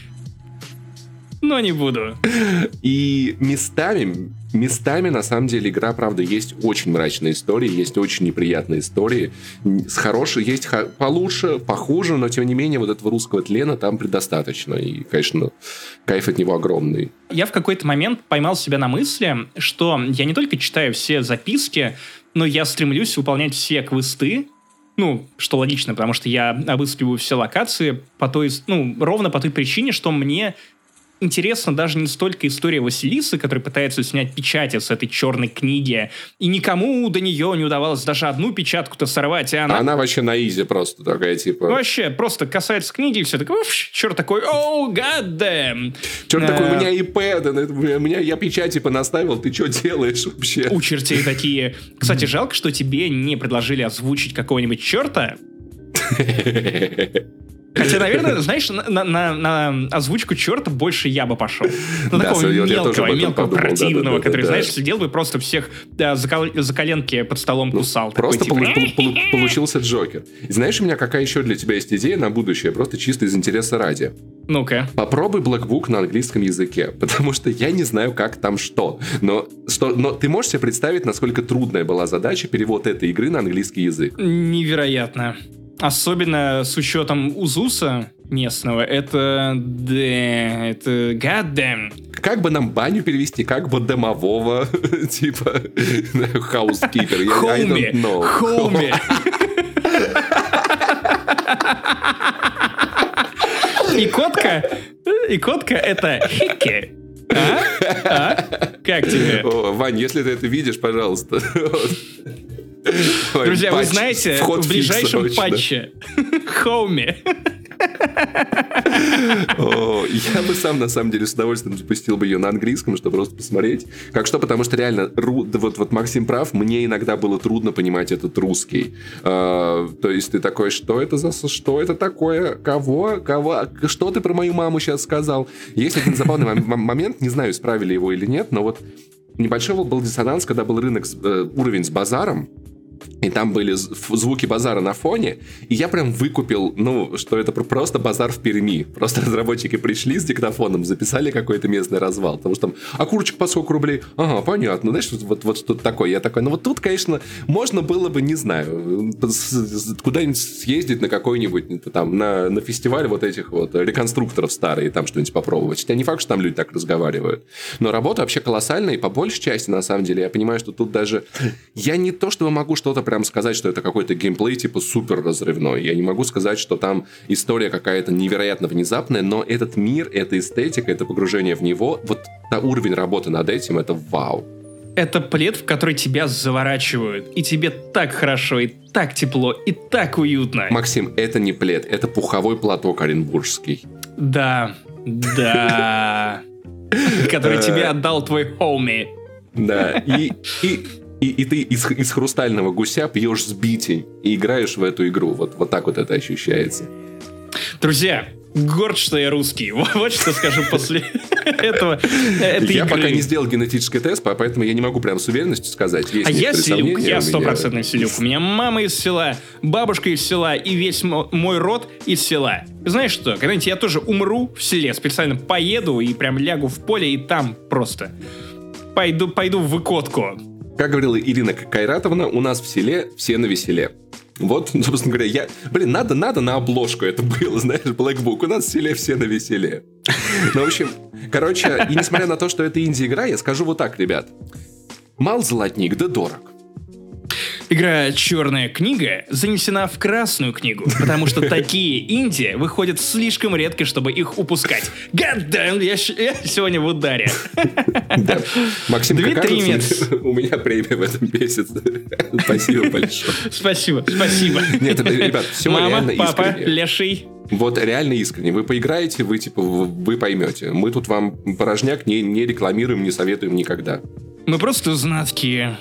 но не буду. И местами, местами, на самом деле, игра, правда, есть очень мрачные истории, есть очень неприятные истории. С хорошей, есть х- получше, похуже, но, тем не менее, вот этого русского тлена там предостаточно. И, конечно, кайф от него огромный. Я в какой-то момент поймал себя на мысли, что я не только читаю все записки, но я стремлюсь выполнять все квесты. Ну, что логично, потому что я обыскиваю все локации по той, ну, ровно по той причине, что мне... интересна даже не столько история Василисы, которая пытается снять печати с этой черной книги, и никому до нее не удавалось даже одну печатку-то сорвать, а она... Она вообще на изи просто такая, типа... Вообще, просто касается книги, и все такое, черт такой, оу, гаддэм. Черт такой, у меня iPad, у меня я печати понаставил, ты что делаешь вообще? У чертей такие. Кстати, жалко, что тебе не предложили озвучить какого-нибудь черта. Хотя, наверное, знаешь, на, на, на озвучку черта больше я бы пошел. Ну, да, такого я, мелкого, я мелкого, подумал, противного, да, да, да, который, да, знаешь, да. сидел бы просто всех да, за, кол- за коленки под столом кусал. Ну, просто такой, типа... пол- пол- получился Джокер. И знаешь, у меня какая еще для тебя есть идея на будущее, просто чисто из интереса ради. Ну-ка. Попробуй Black Book на английском языке, потому что я не знаю, как там что. Но, что, но ты можешь себе представить, насколько трудная была задача перевод этой игры на английский язык? Невероятно. Особенно с учетом узуса местного, это... Да, это... God damn. Как бы нам баню перевести, как бы домового, типа, хаускипер. Хоуми. Хоуми. И котка, и котка это Хикки. А? А? Как тебе? О, Вань, если ты это видишь, пожалуйста... Друзья, Ой, вы знаете, в ближайшем фикс, патче Хоуми. О, я бы сам, на самом деле, с удовольствием запустил бы ее на английском, чтобы просто посмотреть. Как что, потому что реально, ру, вот, вот Максим прав, мне иногда было трудно понимать этот русский. А, то есть ты такой, что это за... Что это такое? Кого? Кого? Что ты про мою маму сейчас сказал? Есть один забавный м- момент, не знаю, исправили его или нет, но вот небольшой был диссонанс, когда был рынок, э, уровень с базаром, и там были звуки базара на фоне, и я прям выкупил, ну, что это просто базар в Перми. Просто разработчики пришли с диктофоном, записали какой-то местный развал, потому что там, а курочек по сколько рублей? Ага, понятно, знаешь, вот, вот тут такое. Я такой, ну вот тут, конечно, можно было бы, не знаю, куда-нибудь съездить на какой-нибудь, там, на, на фестиваль вот этих вот реконструкторов старые, там что-нибудь попробовать. Хотя не факт, что там люди так разговаривают. Но работа вообще колоссальная, и по большей части, на самом деле, я понимаю, что тут даже... Я не то, чтобы могу что-то прям сказать, что это какой-то геймплей типа супер разрывной. Я не могу сказать, что там история какая-то невероятно внезапная, но этот мир, эта эстетика, это погружение в него, вот уровень работы над этим, это вау. Это плед, в который тебя заворачивают, и тебе так хорошо, и так тепло, и так уютно. Максим, это не плед, это пуховой платок оренбургский. Да, да. Который тебе отдал твой Хоуми. Да, и... И, и ты из, из хрустального гуся пьешь сбитень и играешь в эту игру. Вот, вот так вот это ощущается. Друзья, горд, что я русский. Вот, вот что скажу после этого. Я пока не сделал генетический тест, поэтому я не могу прям с уверенностью сказать. А я селюк, я стопроцентный селюк. У меня мама из села, бабушка из села и весь мой род из села. Знаешь что, когда-нибудь я тоже умру в селе, специально поеду и прям лягу в поле и там просто пойду, пойду в выкотку. Как говорила Ирина Кайратовна, у нас в селе все навеселе. Вот, собственно говоря, я... Блин, надо, надо на обложку это было, знаешь, Black Book. У нас в селе все навеселе. Ну, в общем, короче, и несмотря на то, что это инди-игра, я скажу вот так, ребят. Мал золотник, да дорог. Игра «Черная книга» занесена в Красную книгу, потому что такие инди выходят слишком редко, чтобы их упускать. God damn, я, я сегодня в ударе. Да. Максим, как Дмитрий кажется, у меня премия в этом месяце. Спасибо большое. Спасибо, спасибо. Нет, ребят, все Мама, реально папа, искренне. леший. Вот реально искренне. Вы поиграете, вы типа вы поймете. Мы тут вам порожняк не, не рекламируем, не советуем никогда. Мы просто знатки.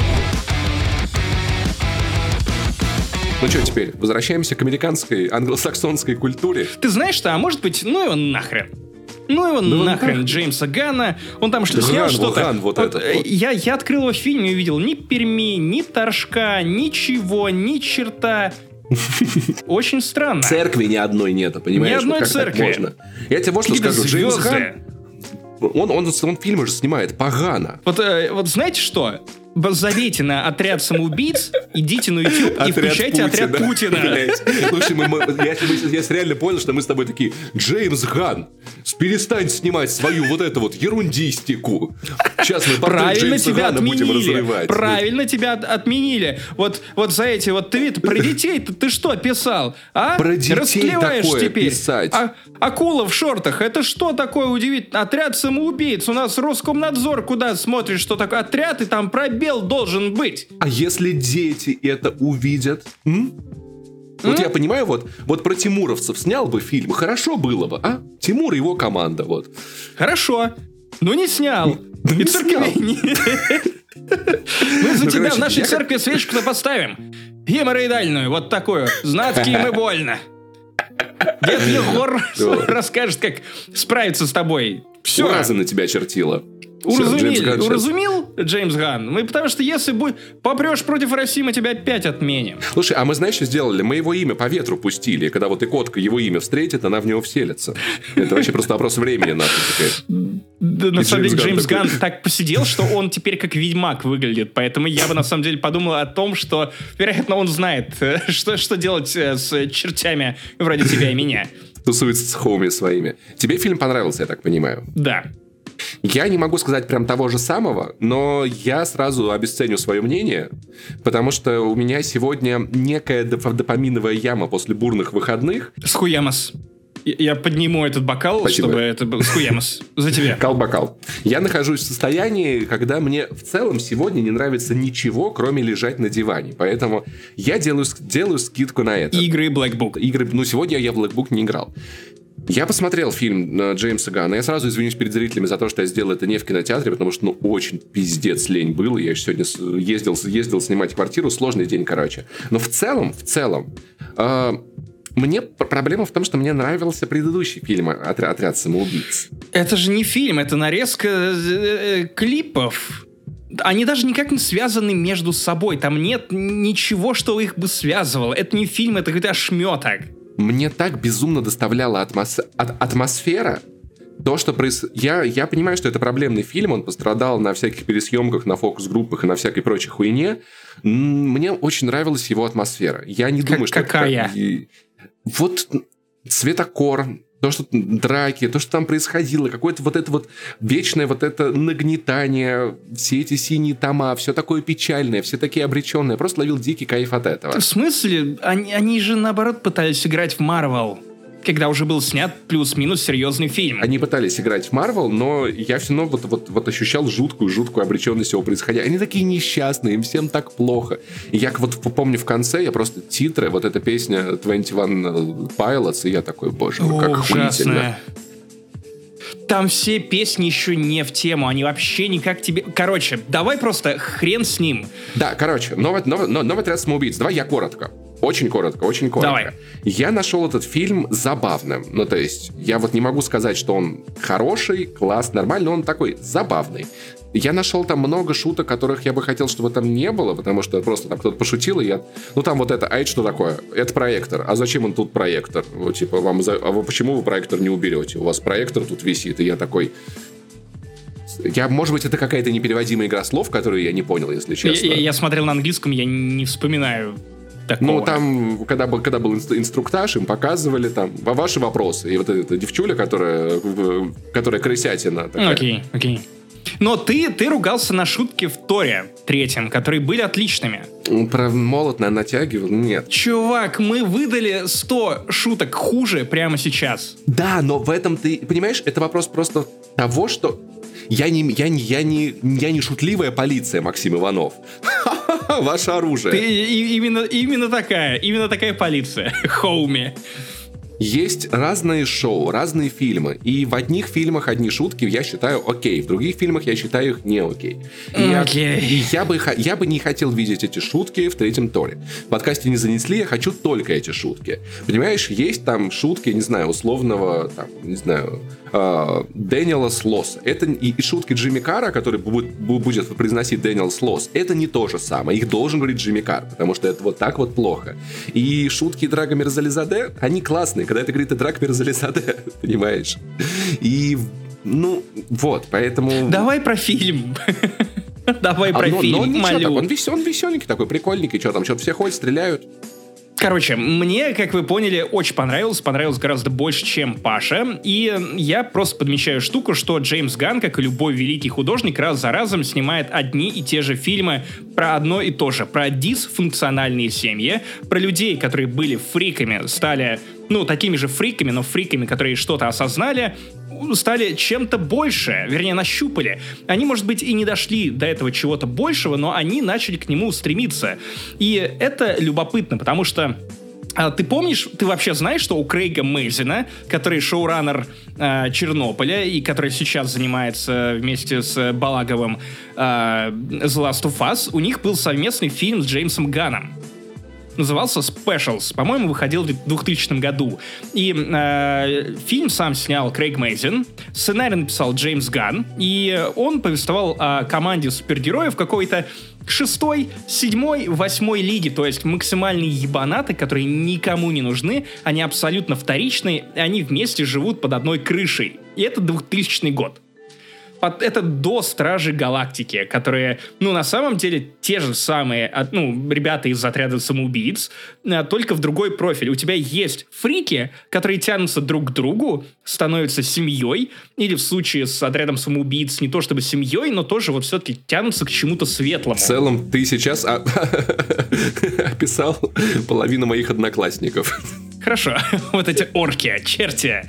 Ну что теперь, возвращаемся к американской, англосаксонской культуре. Ты знаешь что, а может быть, ну его нахрен. Ну его ну, нахрен нахрен. Джеймса Ганна. Он там что-то снял Ган, что-то. Ган, вот вот, это, вот. Я, я открыл его в фильме и увидел ни Перми, ни Торжка, ничего, ни черта. Очень странно. Церкви ни одной нету, понимаешь? Ни одной вот как церкви. Так можно? Я тебе вот что Какие-то скажу. Джеймс звезды. Ганн, он, он, он фильмы же снимает погано. Вот, э, вот знаете что? Зовите на отряд самоубийц, идите на YouTube и включайте отряд Путина. Блять. Слушай, мы, мы, я, я, я реально понял, что мы с тобой такие: Джеймс Ганн, перестань снимать свою вот эту вот ерундистику. Сейчас мы портрет Правильно Джеймса тебя Ганна будем отменили. разрывать. Правильно тебя от- отменили. Вот, вот за эти вот твиты про детей ты, ты что писал? А? Про детей Расклеваешь такое теперь. писать. А, акула в шортах. Это что такое удивительно? Отряд самоубийц. У нас Роскомнадзор куда смотришь, что такое отряд, и там пробел должен быть. А если дети это увидят? М? Вот М? я понимаю, вот, вот про тимуровцев снял бы фильм, хорошо было бы, а? Тимур и его команда, вот. Хорошо. Но не снял. Да И не церкви снял. не- Мы за Ну, тебя короче, в нашей я как- церкви свечку-то поставим. Геморроидальную, вот такую. Знатки им и больно. Дед Егор расскажет, как справиться с тобой. Все. Ураза на тебя чертила. Всё, Джеймс Уразумели, Ганн щас- уразумел, Джеймс Ганн? Мы потому что если будь попрешь против России, мы тебя опять отменим. Слушай, а мы знаешь, что сделали? Мы его имя по ветру пустили. И когда вот икотка его имя встретит, она в него вселится. Это вообще просто вопрос времени, нахуй. Да, на И самом деле Джеймс Ганн Джеймс такой. Ганн так посидел, что он теперь как ведьмак выглядит. Поэтому я бы на самом деле подумал о том, что, вероятно, он знает, э, что, что делать э, с чертями вроде тебя и меня. Тусуется с хоуми своими. Тебе фильм понравился, я так понимаю? Да. Я не могу сказать прям того же самого, но я сразу обесценю свое мнение, потому что у меня сегодня некая доп- допаминовая яма после бурных выходных. Скуямас. Я я подниму этот бокал, Спасибо. чтобы это был Скуямас. За тебя. Кал-бокал. Я нахожусь в состоянии, когда мне в целом сегодня не нравится ничего, кроме лежать на диване. Поэтому я делаю, с- делаю скидку на это. Игры Black Book. Игры, ну, сегодня я в Black Book не играл. Я посмотрел фильм э, Джеймса Ганна. Я сразу извинюсь перед зрителями за то, что я сделал это не в кинотеатре, потому что, ну, очень пиздец лень было. Я еще сегодня с- ездил, ездил снимать квартиру. Сложный день, короче. Но в целом, в целом, э, мне пр- проблема в том, что мне нравился предыдущий фильм «Отряд, «Отряд самоубийц». Это же не фильм, это нарезка э, э, клипов. Они даже никак не связаны между собой. Там нет ничего, что их бы связывало. Это не фильм, это какой-то ошметок. Мне так безумно доставляла атмос- от- атмосфера. То, что проис... я, я понимаю, что это проблемный фильм, он пострадал на всяких пересъемках, на фокус-группах и на всякой прочей хуйне. М, Мне очень нравилась его атмосфера. Я не Как- думаю, что... это какая? как- и- Вот цветокор, то, что драки, то, что там происходило, какое-то вот это вот вечное вот это нагнетание, все эти синие тома, все такое печальное, все такие обреченные. Я просто ловил дикий кайф от этого. В смысле? Они, они же, наоборот, пытались играть в Марвел, когда уже был снят плюс-минус серьезный фильм. Они пытались играть в Марвел, но я все равно вот, вот, вот ощущал жуткую-жуткую обреченность всего происходящего. Они такие несчастные, им всем так плохо. И я вот помню в конце, я просто титры, вот эта песня двадцать один Pilots, и я такой, боже мой, как О, охуительно. ужасная. Там все песни еще не в тему, они вообще никак тебе... Короче, давай просто хрен с ним. Да, короче, новый, новый, новый отряд самоубийц. Давай я коротко. Очень коротко, очень коротко. Давай. Я нашел этот фильм забавным. Ну, то есть, я вот не могу сказать, что он хороший, класс, нормальный, он такой забавный. Я нашел там много шуток, которых я бы хотел, чтобы там не было, потому что просто там кто-то пошутил, и я... Ну, там вот это, а это что такое? Это проектор. А зачем он тут проектор? Вот, типа, вам... за- А вы почему вы проектор не уберете? У вас проектор тут висит, и я такой... Я, может быть, это какая-то непереводимая игра слов, которую я не понял, если Я, честно. я- я смотрел на английском, я не вспоминаю такого. Ну, там, когда был, когда был инст- инструктаж, им показывали там ва- ваши вопросы. И вот эта девчуля, которая, в- которая крысятина такая. Окей, окей. Но ты, ты ругался на шутки в Торе третьем, которые были отличными. Про молот на натягивал? Нет. Чувак, мы выдали сто шуток хуже прямо сейчас. Да, но в этом ты... Понимаешь, это вопрос просто того, что... Я не, я, не, я, не, я не шутливая полиция, Максим Иванов. Ваше оружие. Ты, и, именно, именно такая, именно такая полиция. Хоуми. Есть разные шоу, разные фильмы. И в одних фильмах одни шутки я считаю окей, в других фильмах я считаю их не окей. И окей. Я, и я, бы, я бы не хотел видеть эти шутки в третьем Торе. В подкасте не занесли, я хочу только эти шутки. Понимаешь, есть там шутки, не знаю, условного, там, не знаю, э, Дэниела Слосса. Это и, и шутки Джимми Карра, который будет, будет произносить Дэниел Слосс, это не то же самое. Их должен говорить Джимми Карр, потому что это вот так вот плохо. И шутки Драгомира Зализаде, они классные, когда это говорит Драгомир Зализаде, понимаешь? И, ну, вот, поэтому... Давай про фильм. Давай про а, но, фильм, но ничего, молю. Так, он, вес, он веселенький такой, прикольненький, что там, что-то все ходят, стреляют. Короче, мне, как вы поняли, очень понравилось. Понравилось гораздо больше, чем Паша. И я просто подмечаю штуку, что Джеймс Ганн, как и любой великий художник, раз за разом снимает одни и те же фильмы про одно и то же. Про дисфункциональные семьи, про людей, которые были фриками, стали, ну, такими же фриками, но фриками, которые что-то осознали, стали чем-то больше, вернее, нащупали. Они, может быть, и не дошли до этого чего-то большего, но они начали к нему стремиться. И это любопытно, потому что а ты помнишь, ты вообще знаешь, что у Крейга Мейзина, который шоураннер э, Чернобыля и который сейчас занимается вместе с Балаговым э, The Last of Us, у них был совместный фильм с Джеймсом Ганном. Назывался Specials, по-моему, выходил в двухтысячном году. И э, фильм сам снял Крейг Мейзин, сценарий написал Джеймс Ганн, и он повествовал о команде супергероев какой-то шестой, седьмой, восьмой лиги, то есть максимальные ебанаты, которые никому не нужны, они абсолютно вторичные, и они вместе живут под одной крышей. И это двухтысячный год. Это до Стражей Галактики, которые, ну, на самом деле, те же самые, ну, ребята из отряда самоубийц, только в другой профиль. У тебя есть фрики, которые тянутся друг к другу, становятся семьей, или в случае с отрядом самоубийц не то чтобы семьей, но тоже вот все-таки тянутся к чему-то светлому. В целом, ты сейчас описал половину моих одноклассников. Хорошо, вот эти орки, черти.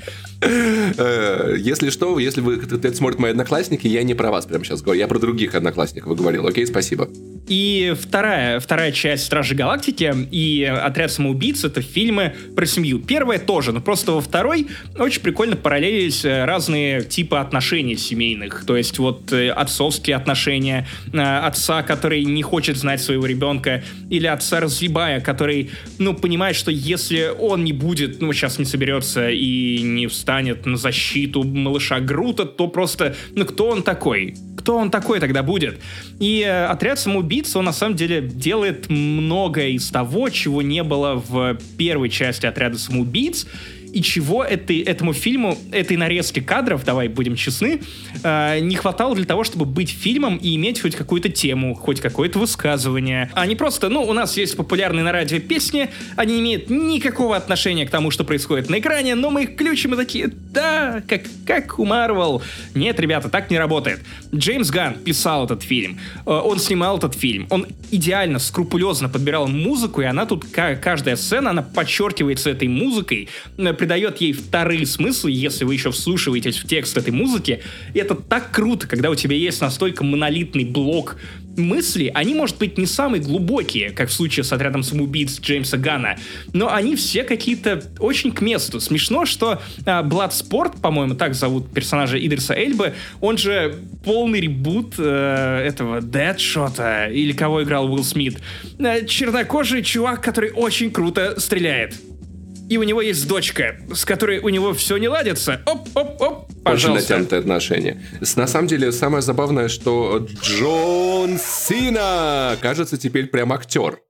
Если что, если вы это смотрите мои одноклассники, я не про вас прямо сейчас говорю, я про других одноклассников говорил. Окей, спасибо. И вторая, вторая часть Стражи Галактики и Отряд самоубийц — это фильмы про семью. Первая тоже, но просто во второй очень прикольно параллелились разные типы отношений семейных. То есть вот отцовские отношения, отца, который не хочет знать своего ребенка, или отца разъебая, который, ну, понимает, что если он не будет, ну, сейчас не соберется и не встанет на защиту малыша Грута, то просто, ну, кто он такой? Кто он такой тогда будет? И э, Отряд самоубийц, он на самом деле делает многое из того, чего не было в первой части Отряда самоубийц, и чего этой, этому фильму, этой нарезке кадров, давай будем честны, э, не хватало для того, чтобы быть фильмом и иметь хоть какую-то тему, хоть какое-то высказывание. А не просто, ну, у нас есть популярные на радио песни, они не имеют никакого отношения к тому, что происходит на экране, но мы их включим и такие, да, как, как у Марвел. Нет, ребята, так не работает. Джеймс Ганн писал этот фильм, э, он снимал этот фильм, он идеально, скрупулезно подбирал музыку, и она тут, каждая сцена, она подчеркивается этой музыкой, придает ей вторые смыслы, если вы еще вслушиваетесь в текст этой музыки. И это так круто, когда у тебя есть настолько монолитный блок мысли. Они, может быть, не самые глубокие, как в случае с Отрядом самоубийц Джеймса Ганна, но они все какие-то очень к месту. Смешно, что а, Bloodsport, по-моему, так зовут персонажа Идриса Эльбы, он же полный ребут э, этого Дэдшота, или кого играл Уилл Смит. Э, чернокожий чувак, который очень круто стреляет. И у него есть дочка, с которой у него все не ладится. Оп-оп-оп, пожалуйста. Очень натянутые отношения. На самом деле, самое забавное, что Джон Сина, кажется, теперь прям актер.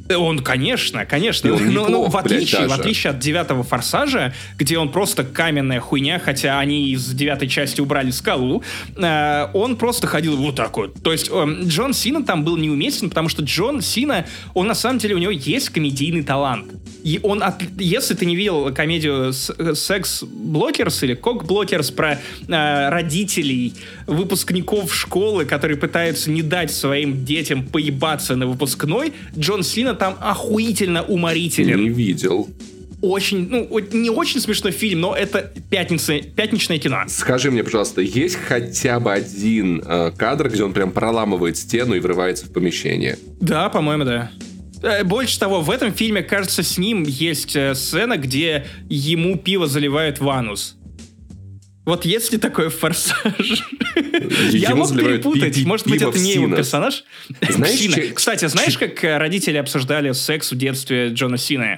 Он, конечно, конечно. И он но, но в, отличие, блядь, в отличие от девятого «Форсажа», где он просто каменная хуйня, хотя они из девятой части убрали скалу, э, он просто ходил вот так вот. То есть э, Джон Сина там был неуместен, потому что Джон Сина, он на самом деле, у него есть комедийный талант. И он, от, если ты не видел комедию «Секс-блокерс» или «Кок-блокерс» про э, родителей, выпускников школы, которые пытаются не дать своим детям поебаться на выпускной, Джон Сина там охуительно уморителен. Не видел. Очень, ну, не очень смешной фильм, но это пятница, пятничное кино. Скажи мне, пожалуйста, есть хотя бы один э, кадр, где он прям проламывает стену и врывается в помещение? Да, по-моему, да. Больше того, в этом фильме, кажется, с ним есть э, сцена, где ему пиво заливают в анус. Вот есть ли такой «Форсаж»? Я мог перепутать. Может быть, это не его персонаж? Кстати, знаешь, как родители обсуждали секс в детстве Джона Сины?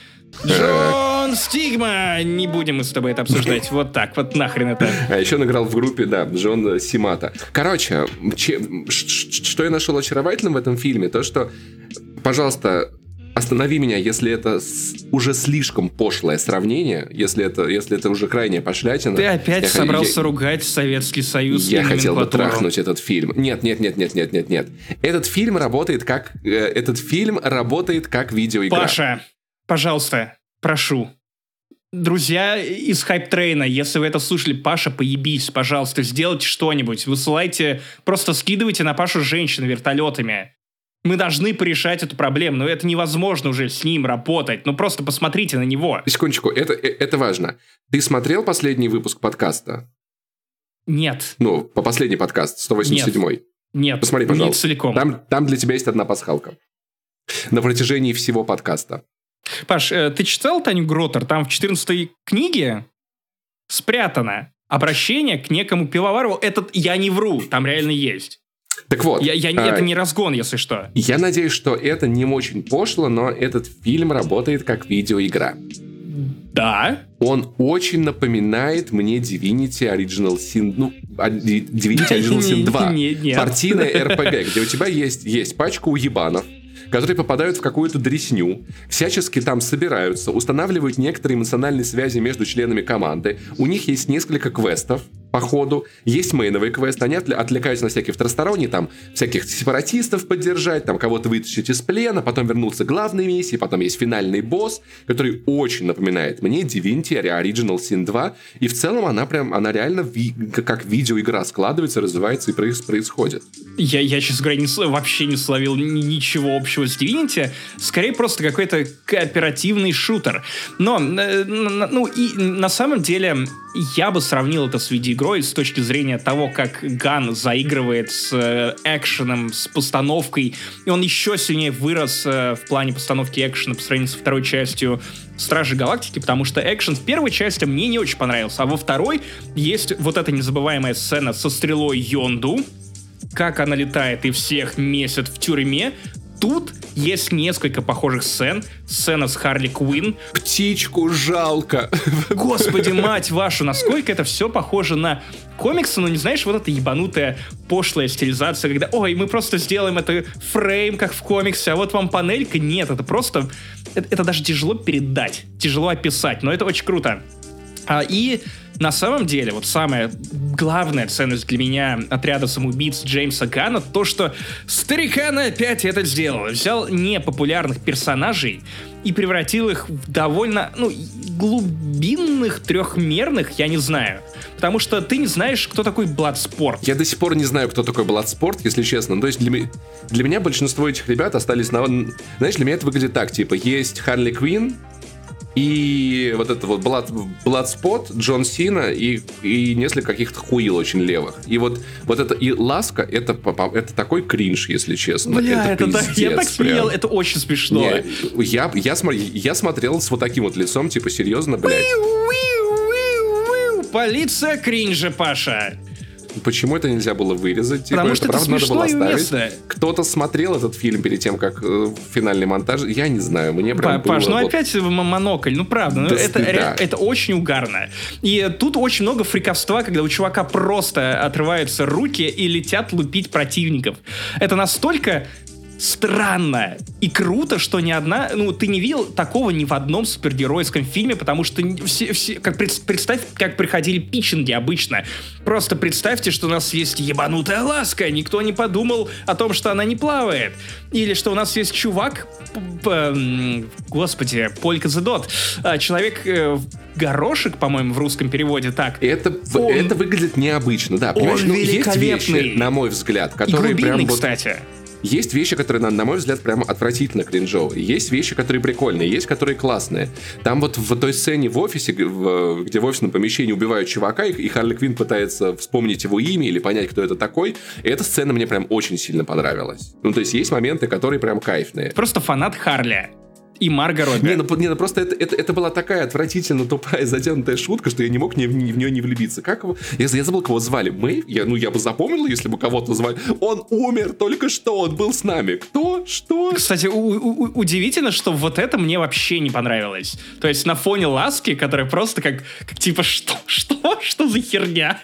Джон Стигма! Не будем мы с тобой это обсуждать. Вот так, вот нахрен это. А еще он играл в группе, да, Джон Симата. Короче, что я нашел очаровательным в этом фильме, то, что, пожалуйста, останови меня, если это уже слишком пошлое сравнение, если это, если это уже крайняя пошлятина. Ты опять я, собрался я, ругать Советский Союз. Я хотел бы трахнуть этот фильм. Нет, нет, нет, нет, нет, нет, нет. Этот фильм работает как, э, этот фильм работает как видеоигра. Паша, пожалуйста, прошу. Друзья из хайп-трейна, если вы это слушали, Паша, поебись, пожалуйста, сделайте что-нибудь. Высылайте, просто скидывайте на Пашу женщин вертолетами. Мы должны порешать эту проблему, но это невозможно уже с ним работать. Ну просто посмотрите на него. Секундочку, это, это важно. Ты смотрел последний выпуск подкаста? Нет. Ну, по последний подкаст, сто восемьдесят седьмой. Нет. Нет, посмотри, пожалуйста. не целиком. Там, там для тебя есть одна пасхалка. На протяжении всего подкаста. Паш, ты читал Таню Гротер? Там в четырнадцатой книге спрятано обращение к некому пивовару. Этот я не вру, там реально есть. Так вот. Я, я, а, это не разгон, если что. Я надеюсь, что это не очень пошло, но этот фильм работает как видеоигра. Да. Он очень напоминает мне Divinity Original Sin... Ну, Divinity Original Sin два. Партийная эр пи джи, где у тебя есть, есть пачка уебанов, которые попадают в какую-то дресню, всячески там собираются, устанавливают некоторые эмоциональные связи между членами команды. У них есть несколько квестов по ходу, есть мейновый квест, они отвлекаются на всякие второсторонние, там, всяких сепаратистов поддержать, там, кого-то вытащить из плена, потом вернуться к главной миссии, потом есть финальный босс, который очень напоминает мне Divinity Original Sin два, и в целом она прям, она реально ви- как видеоигра складывается, развивается и происходит. Я, я честно говоря, не, вообще не словил ничего общего с Divinity, скорее просто какой-то кооперативный шутер. Но, ну, и на самом деле, я бы сравнил это с видеоигрой с точки зрения того, как Ган заигрывает с э, экшеном, с постановкой, и он еще сильнее вырос э, в плане постановки экшена по сравнению со второй частью Стражи Галактики, потому что экшен в первой части мне не очень понравился, а во второй есть вот эта незабываемая сцена со стрелой Йонду, как она летает и всех месят в тюрьме. Тут есть несколько похожих сцен. Сцена с Харли Квинн. Птичку жалко. Господи, мать вашу, насколько это все похоже на комиксы, но не знаешь, вот эта ебанутая пошлая стилизация, когда, ой, мы просто сделаем это фрейм, как в комиксе, а вот вам панелька. Нет, это просто... Это, это даже тяжело передать, тяжело описать, но это очень круто. А, и на самом деле, вот самая главная ценность для меня отряда самоубийц Джеймса Ганна, то, что старикан опять это сделал. Взял непопулярных персонажей и превратил их в довольно, ну, глубинных, трехмерных, я не знаю. Потому что ты не знаешь, кто такой Бладспорт. Я до сих пор не знаю, кто такой Бладспорт, если честно. Ну, то есть для, для меня большинство этих ребят остались на... Знаешь, для меня это выглядит так, типа, есть Харли Квинн, и вот это вот Бладспот, Джон Сина и, и несколько каких-то хуил очень левых. И вот, вот это и Ласка, это, это такой кринж, если честно. Бля, это, это так, я так смеял, это очень смешно. Не, я, я, я смотрел с вот таким вот лицом, типа, серьезно, блядь. Полиция кринжа, Паша. Почему это нельзя было вырезать? Типа, Потому что это, это правда надо было оставить. Кто-то смотрел этот фильм перед тем, как э, финальный монтаж. Я не знаю, мне прям Паш, было... ну вот... опять монокль, ну правда, ну, это, ре- это очень угарно. И тут очень много фриковства, когда у чувака просто отрываются руки и летят лупить противников. Это настолько странно и круто, что ни одна... Ну, ты не видел такого ни в одном супергеройском фильме, потому что все... все как, представь, как приходили питчинги обычно. Просто представьте, что у нас есть ебанутая Ласка, никто не подумал о том, что она не плавает. Или что у нас есть чувак... Господи, Полька the Dot. Человек... Горошек, по-моему, в русском переводе так. Это, он, это выглядит необычно, да. Понимаешь, ну, есть вещи, на мой взгляд, которые и глубинный, прям... кстати. Вот, есть вещи, которые, на, на мой взгляд, прям отвратительно кринжовые. Есть вещи, которые прикольные, есть, которые классные. Там вот в той сцене в офисе, в, где в офисном помещении убивают чувака, и, и Харли Квинн пытается вспомнить его имя или понять, кто это такой. Эта сцена мне прям очень сильно понравилась. Ну, то есть есть моменты, которые прям кайфные. Просто фанат Харли. И Марго Робби. Не, ну, не, ну просто это, это, это была такая отвратительно тупая, затянутая шутка, что я не мог не, не, в нее не влюбиться. Как его? Я, я забыл, кого звали. Мэйв? Я, ну, я бы запомнил, если бы кого-то звали. Он умер только что, он был с нами. Кто? Что? Кстати, у- у- удивительно, что вот это мне вообще не понравилось. То есть на фоне Ласки, которая просто как, как типа, что? Что? Что за херня?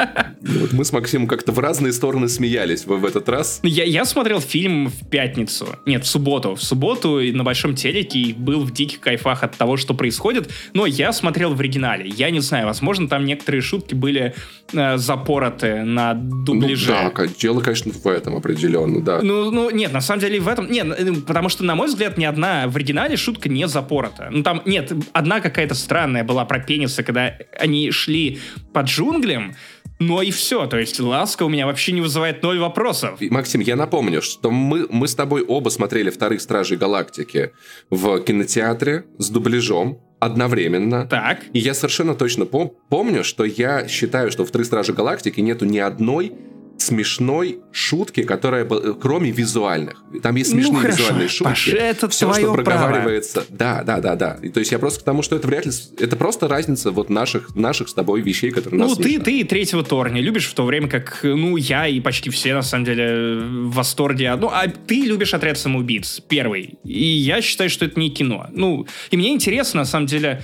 Вот мы с Максимом как-то в разные стороны смеялись в, в этот раз. Я, я смотрел фильм в пятницу. Нет, в субботу. В субботу на большом телеке и был в диких кайфах от того, что происходит. Но я смотрел в оригинале. Я не знаю, возможно, там некоторые шутки были э, запороты на дубляже. Ну да, дело, конечно, в этом определенно, да. Ну, ну, нет, на самом деле в этом... Нет, потому что, на мой взгляд, ни одна в оригинале шутка не запорота. Ну, там, нет, одна какая-то странная была про пенисы, когда они шли по джунглям, но и все. То есть Ласка у меня вообще не вызывает ноль вопросов. Максим, я напомню, что мы, мы с тобой оба смотрели «Вторых Стражей Галактики» в кинотеатре с дубляжом одновременно. Так. И я совершенно точно пом- помню, что я считаю, что в «Вторых Стражей Галактики» нету ни одной смешной шутки, которая была, кроме визуальных. Там есть смешные ну, хорошо, визуальные шутки. Паша, это все, твое что проговаривается. право. Да, да, да, да. И, то есть я просто к тому, что это вряд ли... Это просто разница вот наших, наших с тобой вещей, которые ну, нас ты, смешат. ты и третьего Тора не любишь, в то время как, ну, я и почти все, на самом деле, в восторге. Ну, а ты любишь «Отряд самоубийц», первый. И я считаю, что это не кино. Ну, и мне интересно, на самом деле...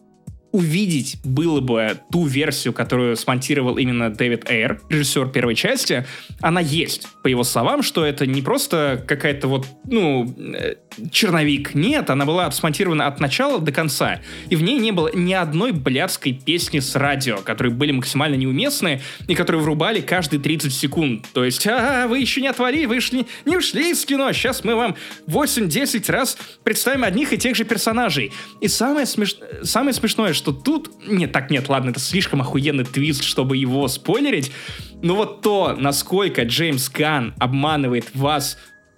увидеть было бы ту версию, которую смонтировал именно Дэвид Эйр, режиссер первой части. Она есть, по его словам, что это не просто какая-то вот, ну, черновик. Нет, она была смонтирована от начала до конца. И в ней не было ни одной блядской песни с радио, которые были максимально неуместны и которые врубали каждые тридцать секунд. То есть, а, вы еще не отвалили, вы шли, не ушли из кино, сейчас мы вам восемь-десять раз представим одних и тех же персонажей. И самое, смеш... самое смешное, что тут... Нет, так нет, ладно, это слишком охуенный твист, чтобы его спойлерить. Но вот то, насколько Джеймс Ганн обманывает вас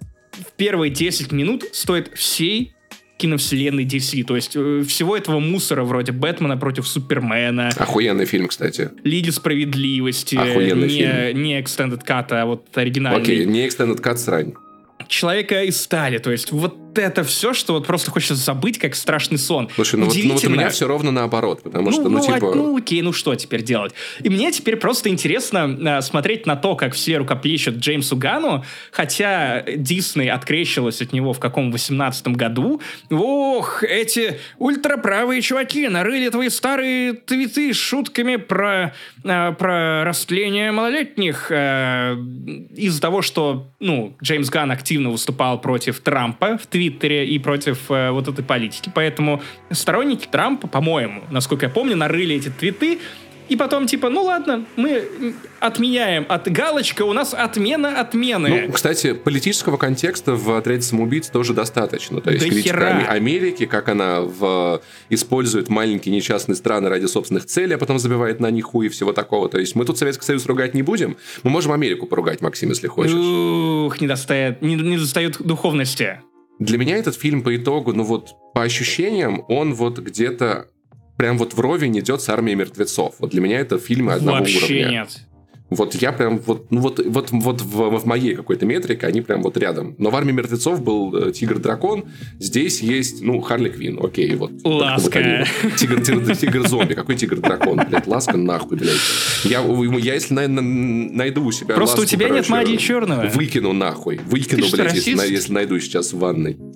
в первые десять минут, стоит всей киновселенной ди си. То есть э, всего этого мусора вроде Бэтмена против Супермена. Охуенный фильм, кстати. Лиги справедливости. Охуенный не, фильм. Не Extended Cut, а вот оригинальный. Окей, не Extended Cut, срань. Человека из стали. То есть вот это все, что вот просто хочется забыть, как страшный сон. Слушай, ну вот, ну вот у меня все ровно наоборот, потому ну, что, ну, ну, типа... а, ну окей, ну что теперь делать? И мне теперь просто интересно а, смотреть на то, как все рукоплещут Джеймсу Ганну, хотя Дисней открещилась от него в каком восемнадцатом году. Ох, эти ультраправые чуваки нарыли твои старые твиты с шутками про, а, про растление малолетних а, из-за того, что, ну, Джеймс Ганн активно выступал против Трампа в Твиттере и против э, вот этой политики. Поэтому сторонники Трампа, по-моему, насколько я помню, нарыли эти твиты. И потом типа, ну ладно, мы отменяем. От галочка у нас отмена отмены. Ну, кстати, политического контекста в «Отряде самоубийц» тоже достаточно. То есть да критика хера. Америки, как она в... использует маленькие несчастные страны ради собственных целей, а потом забивает на них хуй и всего такого. То есть мы тут Советский Союз ругать не будем. Мы можем Америку поругать, Максим, если хочешь. Ух, не достает, не, не достает духовности. Для меня этот фильм по итогу, ну вот по ощущениям, он вот где-то прям вот вровень идет с «Армией мертвецов». Вот для меня это фильмы одного Вообще уровня. нет. Вот я прям вот, ну вот, вот, вот в, в моей какой-то метрике они прям вот рядом. Но в «Армии мертвецов» был э, Тигр-дракон, здесь есть, ну, Харли Квинн, окей, вот. Ласка. Тигр-зомби, тигр какой Тигр-дракон, блядь, Ласка нахуй, блядь. Я, я если на, на, найду у себя Просто Ласку, у тебя короче, нет магии черного. Выкину нахуй, выкину, Ты блядь, что, если, если найду сейчас в ванной.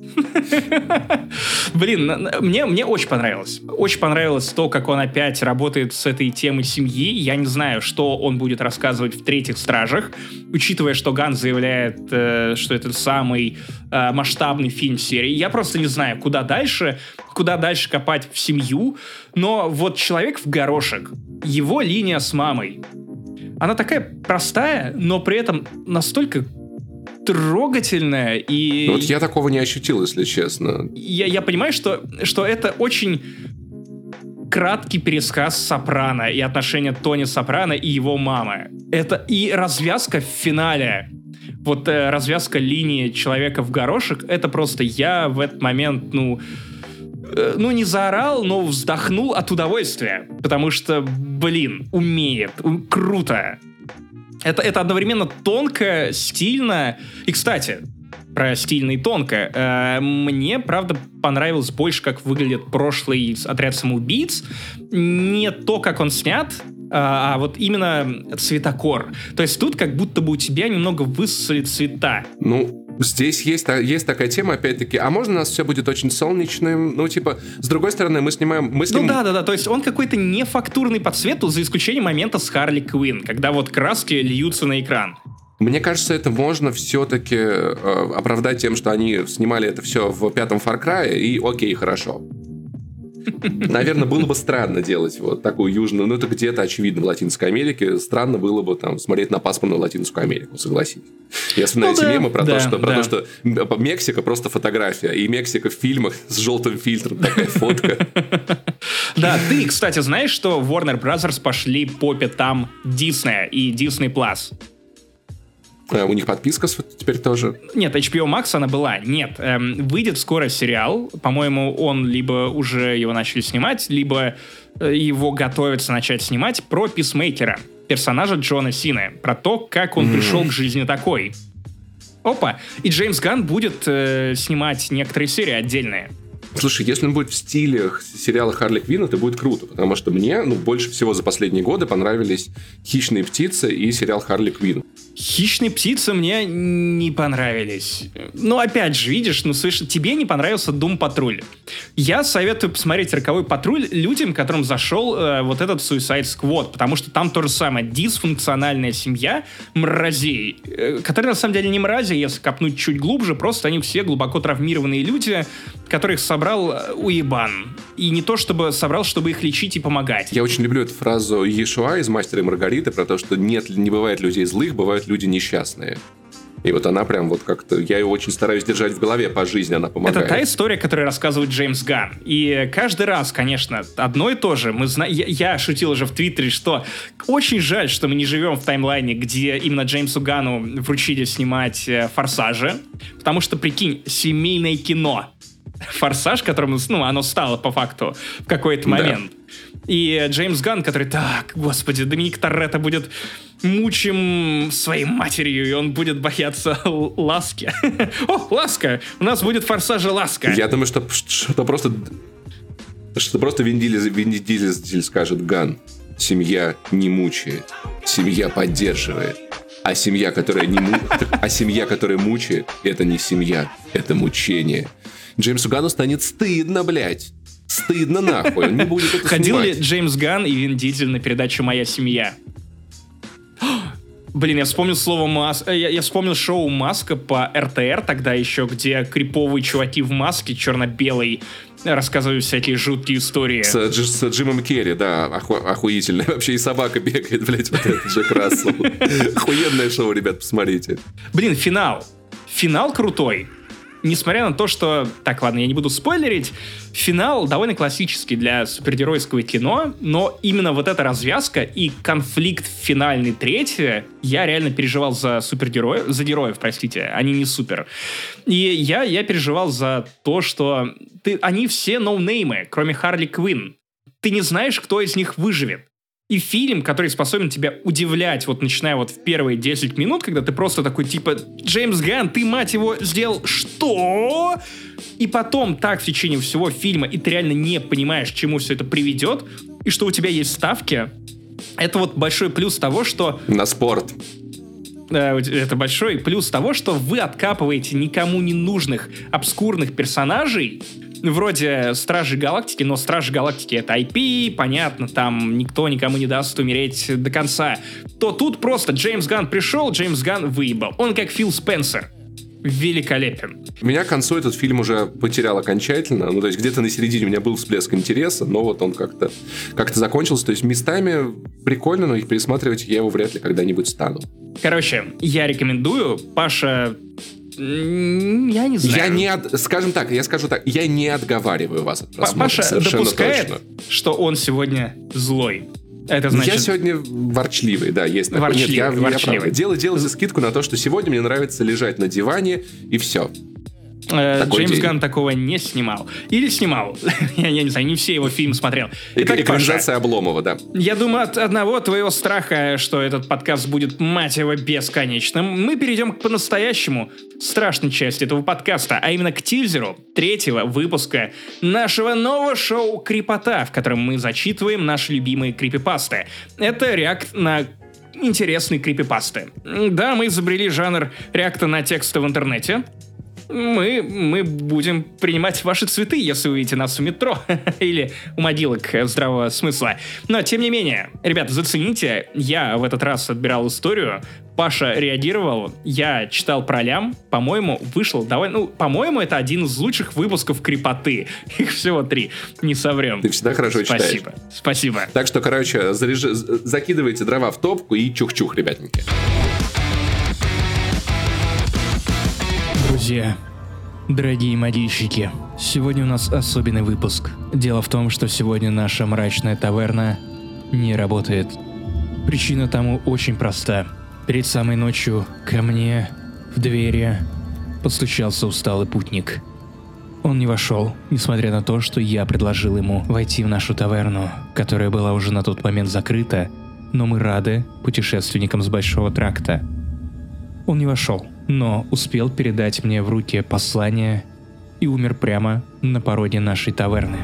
Блин, мне, мне очень понравилось. Очень понравилось то, как он опять работает с этой темой семьи. Я не знаю, что он будет рассказывать в «Третьих стражах», учитывая, что Ганн заявляет, э, что это самый э, масштабный фильм серии. Я просто не знаю, куда дальше, куда дальше копать в семью. Но вот «Человек в горошек», его линия с мамой, она такая простая, но при этом настолько трогательная. И вот я такого не ощутил, если честно. Я, я понимаю, что, что это очень краткий пересказ Сопрано и отношения Тони Сопрано и его мамы. Это и развязка в финале. Вот э, развязка линии «Человека в горошек», это просто я в этот момент, ну... Ну, не заорал, но вздохнул от удовольствия. Потому что, блин, умеет. Круто. Это, это одновременно тонко, стильно. И, кстати, про стильно и тонко. Э, мне, правда, понравилось больше, как выглядит прошлый «Отряд самоубийц». Не то, как он снят, а, а вот именно цветокор. То есть тут как будто бы у тебя немного высосали цвета. Ну... Здесь есть, есть такая тема, опять-таки, а можно у нас все будет очень солнечным? Ну, типа, с другой стороны, мы снимаем... Мы сним... Ну да-да-да, то есть он какой-то не фактурный по цвету, за исключением момента с Харли Квинн, когда вот краски льются на экран. Мне кажется, это можно все-таки э, оправдать тем, что они снимали это все в пятом Far Cry, и окей, хорошо. Наверное, было бы странно делать вот такую южную, ну это где-то, очевидно, в Латинской Америке. Странно было бы там смотреть на пасмурную Латинскую Америку, согласитесь. Я вспоминаю ну, эти да, мемы про, да, то, что, про да. то, что Мексика просто фотография, и Мексика в фильмах с желтым фильтром, такая фотка. Да, ты, кстати, знаешь, что Warner Brothers пошли по пятам Disney и Disney Plus? А, у них подписка теперь тоже? Нет, эйч би о Max она была. Нет, эм, выйдет скоро сериал. По-моему, он либо уже его начали снимать, либо э, его готовятся начать снимать, про Писмейкера, персонажа Джона Сины, про то, как он mm. пришел к жизни такой. Опа! И Джеймс Ганн будет э, снимать некоторые серии отдельные. Слушай, если он будет в стиле сериала Харли Квинн, это будет круто, потому что мне, ну, больше всего за последние годы понравились «Хищные птицы» и сериал Харли Квинн. «Хищные птицы» мне не понравились. Ну, опять же, видишь, ну, слышь, тебе не понравился «Дум Патруль». Я советую посмотреть «Роковой патруль» людям, которым зашел э, вот этот Suicide Squad, потому что там то же самое. Дисфункциональная семья мразей, э, которые на самом деле не мрази, если копнуть чуть глубже, просто они все глубоко травмированные люди, которых собрал уебан. И не то, чтобы собрал, чтобы их лечить и помогать. Я очень люблю эту фразу Иешуа из «Мастера и Маргариты» про то, что нет, не бывает людей злых, бывают люди несчастные. И вот она прям вот как-то... Я ее очень стараюсь держать в голове по жизни, она помогает. Это та история, которую рассказывает Джеймс Ганн. И каждый раз, конечно, одно и то же. Мы зна... я, я шутил уже в Твиттере, что очень жаль, что мы не живем в таймлайне, где именно Джеймсу Ганну вручили снимать «Форсажи». Потому что, прикинь, семейное кино. «Форсаж», которым, ну, оно стало по факту в какой-то момент. Да. И Джеймс Ганн, который, так, господи, Доминик Торетто будет мучим своей матерью, и он будет бояться ласки. О, ласка! У нас будет в «Форсаже» ласка. Я думаю, что, что просто что просто Вин Дизель, Вин Дизель скажет: Ганн, семья не мучает, семья поддерживает. А семья, которая не му... а семья, которая мучает, это не семья, это мучение. Джеймсу Ганну станет стыдно, блядь. Стыдно нахуй, он не будет это Ходил снимать. ли Джеймс Ганн и Вин Дизель на передачу «Моя семья»? Блин, я вспомнил слово Маск. Я, я вспомнил шоу Маска по эр тэ эр тогда еще, где криповые чуваки в маске черно-белой рассказывают всякие жуткие истории. С, с Джимом Керри, да, оху, охуительно. Вообще и собака бегает, блядь, вот этот Джек Рассел. Охуенное шоу, ребят, посмотрите. Блин, финал. Финал крутой. Несмотря на то, что... Так, ладно, я не буду спойлерить. Финал довольно классический для супергеройского кино, но именно вот эта развязка и конфликт финальный третий, я реально переживал за супергероев, за героев, простите, они не супер. И я, я переживал за то, что ты, они все ноунеймы, кроме Харли Квинн. Ты не знаешь, кто из них выживет. И фильм, который способен тебя удивлять, вот начиная вот в первые десять минут, когда ты просто такой, типа, Джеймс Ганн, ты, мать его, сделал что? И потом так в течение всего фильма, и ты реально не понимаешь, к чему все это приведет, и что у тебя есть ставки, это вот большой плюс того, что... На спорт. Это большой плюс того, что вы откапываете никому не нужных обскурных персонажей, вроде Стражей Галактики, но Стражи Галактики — это ай пи, понятно, там никто никому не даст умереть до конца. То тут просто Джеймс Ганн пришел, Джеймс Ганн выебал. Он как Фил Спенсер. Великолепен. Меня к концу этот фильм уже потерял окончательно. Ну, то есть где-то на середине у меня был всплеск интереса, но вот он как-то, как-то закончился. То есть местами прикольно, но их пересматривать я его вряд ли когда-нибудь стану. Короче, я рекомендую. Паша... Я не знаю. Я не от... Скажем так, я скажу так, я не отговариваю вас от просмотра. Паша допускает, точно, что он сегодня злой. Это значит... Я сегодня ворчливый, да, есть такой. Ворчливый, Нет, я, ворчливый. Я Делай, делайте скидку на то, что сегодня мне нравится лежать на диване, и все. Джеймс Ганн такого не снимал. Или снимал. я, я не знаю, не все его фильмы смотрел. Итак, экранизация Обломова, да. Я думаю, от одного твоего страха, что этот подкаст будет, мать его, бесконечным, мы перейдем к по-настоящему страшной части этого подкаста, а именно к тизеру третьего выпуска нашего нового шоу «Крипота», в котором мы зачитываем наши любимые крипипасты. Это реакт на интересные крипипасты. Да, мы изобрели жанр реакта на тексты в интернете. Мы, мы будем принимать ваши цветы, если вы видите нас в метро или у могилок здравого смысла. Но, тем не менее, ребята, зацените, я в этот раз отбирал историю, Паша реагировал, я читал про лям, по-моему, вышел, давай, ну, по-моему, это один из лучших выпусков «Крипоты». Их всего три, не соврем. Ты всегда хорошо читаешь. Спасибо, спасибо. Так что, короче, заряжи, закидывайте дрова в топку и чух-чух, ребятники. Друзья, дорогие модельщики, сегодня у нас особенный выпуск. Дело в том, что сегодня наша мрачная таверна не работает. Причина тому очень проста. Перед самой ночью ко мне в двери постучался усталый путник. Он не вошел, несмотря на то, что я предложил ему войти в нашу таверну, которая была уже на тот момент закрыта, но мы рады путешественникам с Большого Тракта. Он не вошел, но успел передать мне в руки послание и умер прямо на пороге нашей таверны.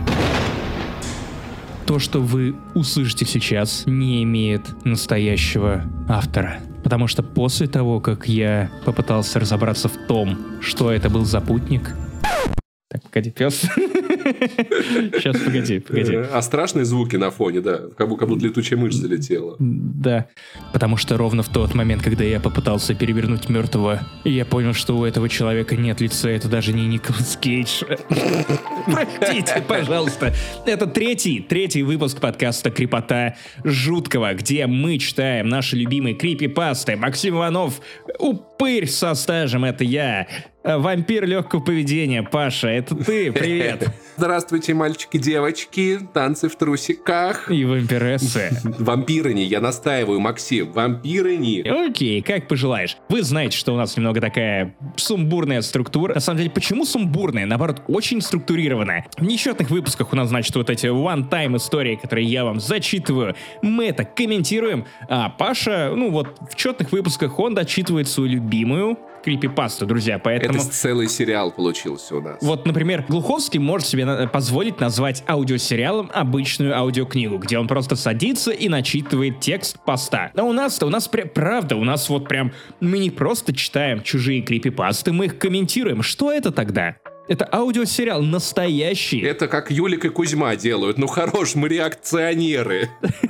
То, что вы услышите сейчас, не имеет настоящего автора. Потому что после того, как я попытался разобраться в том, что это был за путник... Так, погоди, пес. Сейчас, погоди, погоди. А страшные звуки на фоне, да. Как будто, как будто летучая мышь залетела. Да. Потому что ровно в тот момент, когда я попытался перевернуть мертвого, я понял, что у этого человека нет лица. Это даже не Николас Кейдж. Простите, пожалуйста. Это третий, третий выпуск подкаста «Крипота жуткого», где мы читаем наши любимые крипипасты. Максим Иванов, упырь со стажем, это я. Вампир легкого поведения, Паша, это ты, привет. Здравствуйте, мальчики, девочки, танцы в трусиках. И вампирессы. Вампирыни, я настаиваю, Максим, вампирыни. Окей, как пожелаешь. Вы знаете, что у нас немного такая сумбурная структура. На самом деле, почему сумбурная? Наоборот, очень структурированная. В нечетных выпусках у нас, значит, вот эти one-time истории, которые я вам зачитываю, мы это комментируем, а Паша, ну вот, в четных выпусках он дочитывает свою любимую крипипасту, друзья, поэтому... Это целый сериал получился у нас. Вот, например, Глуховский может себе на- позволить назвать аудиосериалом обычную аудиокнигу, где он просто садится и начитывает текст поста. А у нас-то, у нас прям, правда, у нас вот прям, мы не просто читаем чужие крипипасты, мы их комментируем. Что это тогда? Это аудиосериал настоящий. Это как Юлик и Кузьма делают. Ну хорош, мы реакционеры.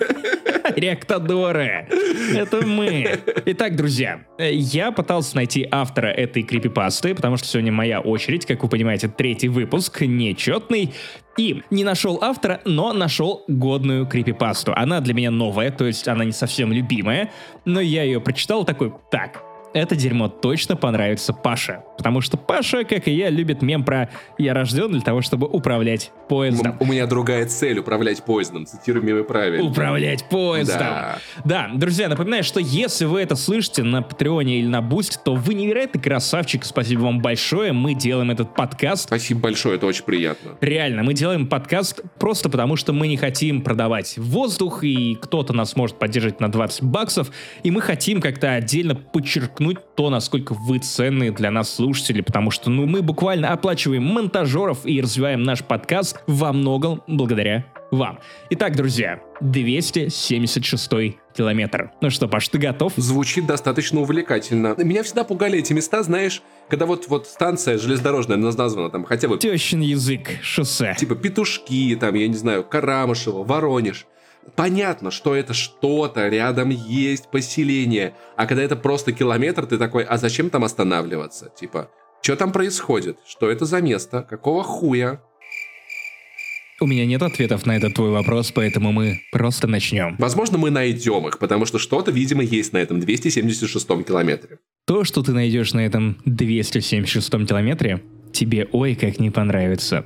Реактодоры. Это мы. Итак, друзья, я пытался найти автора этой крипипасты, потому что сегодня моя очередь, как вы понимаете, третий выпуск, нечетный. И не нашел автора, но нашел годную крипипасту. Она для меня новая, то есть она не совсем любимая, но я ее прочитал такой, так... Это дерьмо точно понравится Паше. Потому что Паша, как и я, любит мем про «я рожден для того, чтобы управлять поездом». У меня другая цель — управлять поездом. Цитируем мемы правильно. Управлять поездом. Да. Да, друзья, напоминаю, что если вы это слышите на Патреоне или на Бусти, то вы невероятный красавчик. Спасибо вам большое. Мы делаем этот подкаст. Спасибо большое, это очень приятно. Реально, мы делаем подкаст просто потому, что мы не хотим продавать воздух, и кто-то нас может поддержать на двадцать баксов, и мы хотим как-то отдельно подчеркнуть то, насколько вы ценные для нас слушатели, потому что, ну, мы буквально оплачиваем монтажеров и развиваем наш подкаст во многом благодаря вам. Итак, друзья, двести семьдесят шестой километр. Ну что, Паш, ты готов? Звучит достаточно увлекательно. Меня всегда пугали эти места, знаешь, когда вот, вот станция железнодорожная названа там хотя бы... Тещин язык, шоссе. Типа Петушки, там, я не знаю, Карамышево, Воронеж. Понятно, что это что-то, рядом есть поселение. А когда это просто километр, ты такой, а зачем там останавливаться? Типа, что там происходит? Что это за место? Какого хуя? У меня нет ответов на этот твой вопрос, поэтому мы просто начнем. Возможно, мы найдем их, потому что что-то, видимо, есть на этом двести семьдесят шестом километре. То, что ты найдешь на этом двести семьдесят шестом километре, тебе ой как не понравится.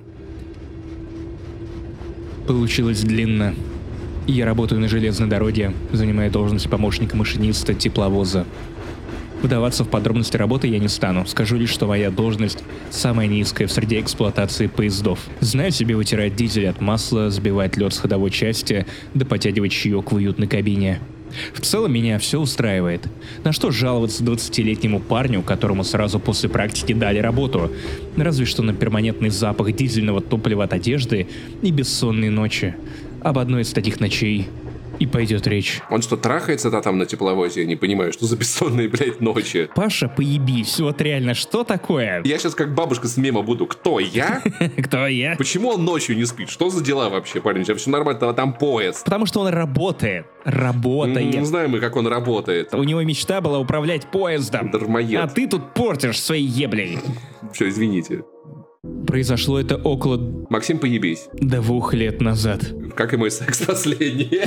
Получилось длинно. Я работаю на железной дороге, занимая должность помощника машиниста тепловоза. Вдаваться в подробности работы я не стану. Скажу лишь, что моя должность самая низкая в среде эксплуатации поездов. Знаю себе вытирать дизель от масла, сбивать лед с ходовой части, да потягивать чаек в уютной кабине. В целом меня все устраивает. На что жаловаться двадцатилетнему парню, которому сразу после практики дали работу? Разве что на перманентный запах дизельного топлива от одежды и бессонные ночи. Об одной из таких ночей и пойдет речь. Он что, трахается-то там на тепловозе? Я не понимаю, что за бессонные, блядь, ночи. Паша, поебись, вот реально, что такое? Я сейчас как бабушка с мема буду. Кто, я? Кто я? Почему он ночью не спит? Что за дела вообще, парень? Все нормально, там поезд. Потому что он работает. Работает. Не знаем мы, как он работает. У него мечта была управлять поездом. Дармоед. А ты тут портишь своей еблей. Все, извините. Произошло это около... Максим, поебись. Двух лет назад. Как и мой секс последний.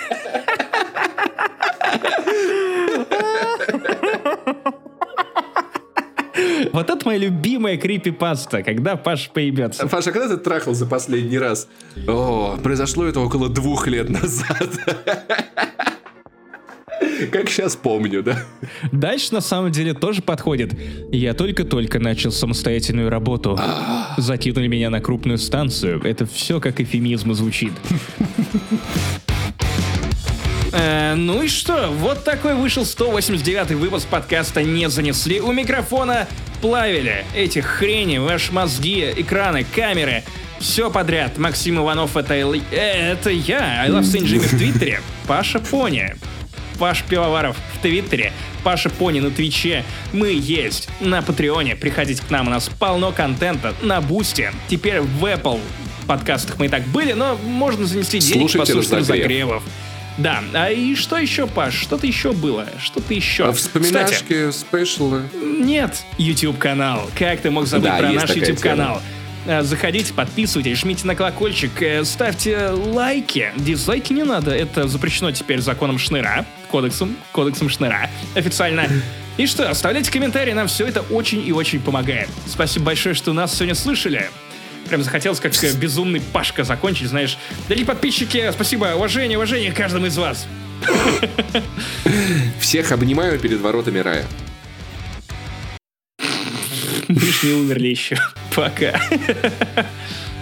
Вот это моя любимая крипипаста, когда Паша поебется. Паша, когда ты трахал за последний раз? О, произошло это около двух лет назад. Как сейчас помню, да? Дальше на самом деле тоже подходит. Я только-только начал самостоятельную работу. Закинули меня на крупную станцию. Это все как эвфемизм звучит. Э, ну и что? Вот такой вышел сто восемьдесят девятый выпуск подкаста «Не занесли». У микрофона плавили эти хрени, ваши мозги, экраны, камеры. Все подряд. Максим Иванов, это, э, это я. I love Saint Jimmy в Твиттере. Паша Пони. Паш Пивоваров в Твиттере, Паша Пони на Твиче. Мы есть на Патреоне. Приходите к нам, у нас полно контента на Бусте. Теперь в Apple подкастах мы и так были, но можно занести денег, Слушайте послушать разогрев. разогревов. Да, а и что еще, Паш? Что-то еще было? Что-то еще? А вспоминашки, спешлы? Нет, YouTube-канал. Как ты мог забыть Да, про есть наш такая YouTube-канал? Заходите, подписывайтесь, жмите на колокольчик, ставьте лайки. Дизлайки не надо, это запрещено теперь законом Шныра, кодексом, кодексом Шныра, официально. И что, оставляйте комментарии, нам все это очень и очень помогает. Спасибо большое, что нас сегодня слышали. Прям захотелось как безумный Пашка закончить, знаешь. Дорогие подписчики, спасибо, уважение, уважение каждому из вас. Всех обнимаю перед воротами рая. Мы ж не умерли еще. Пока.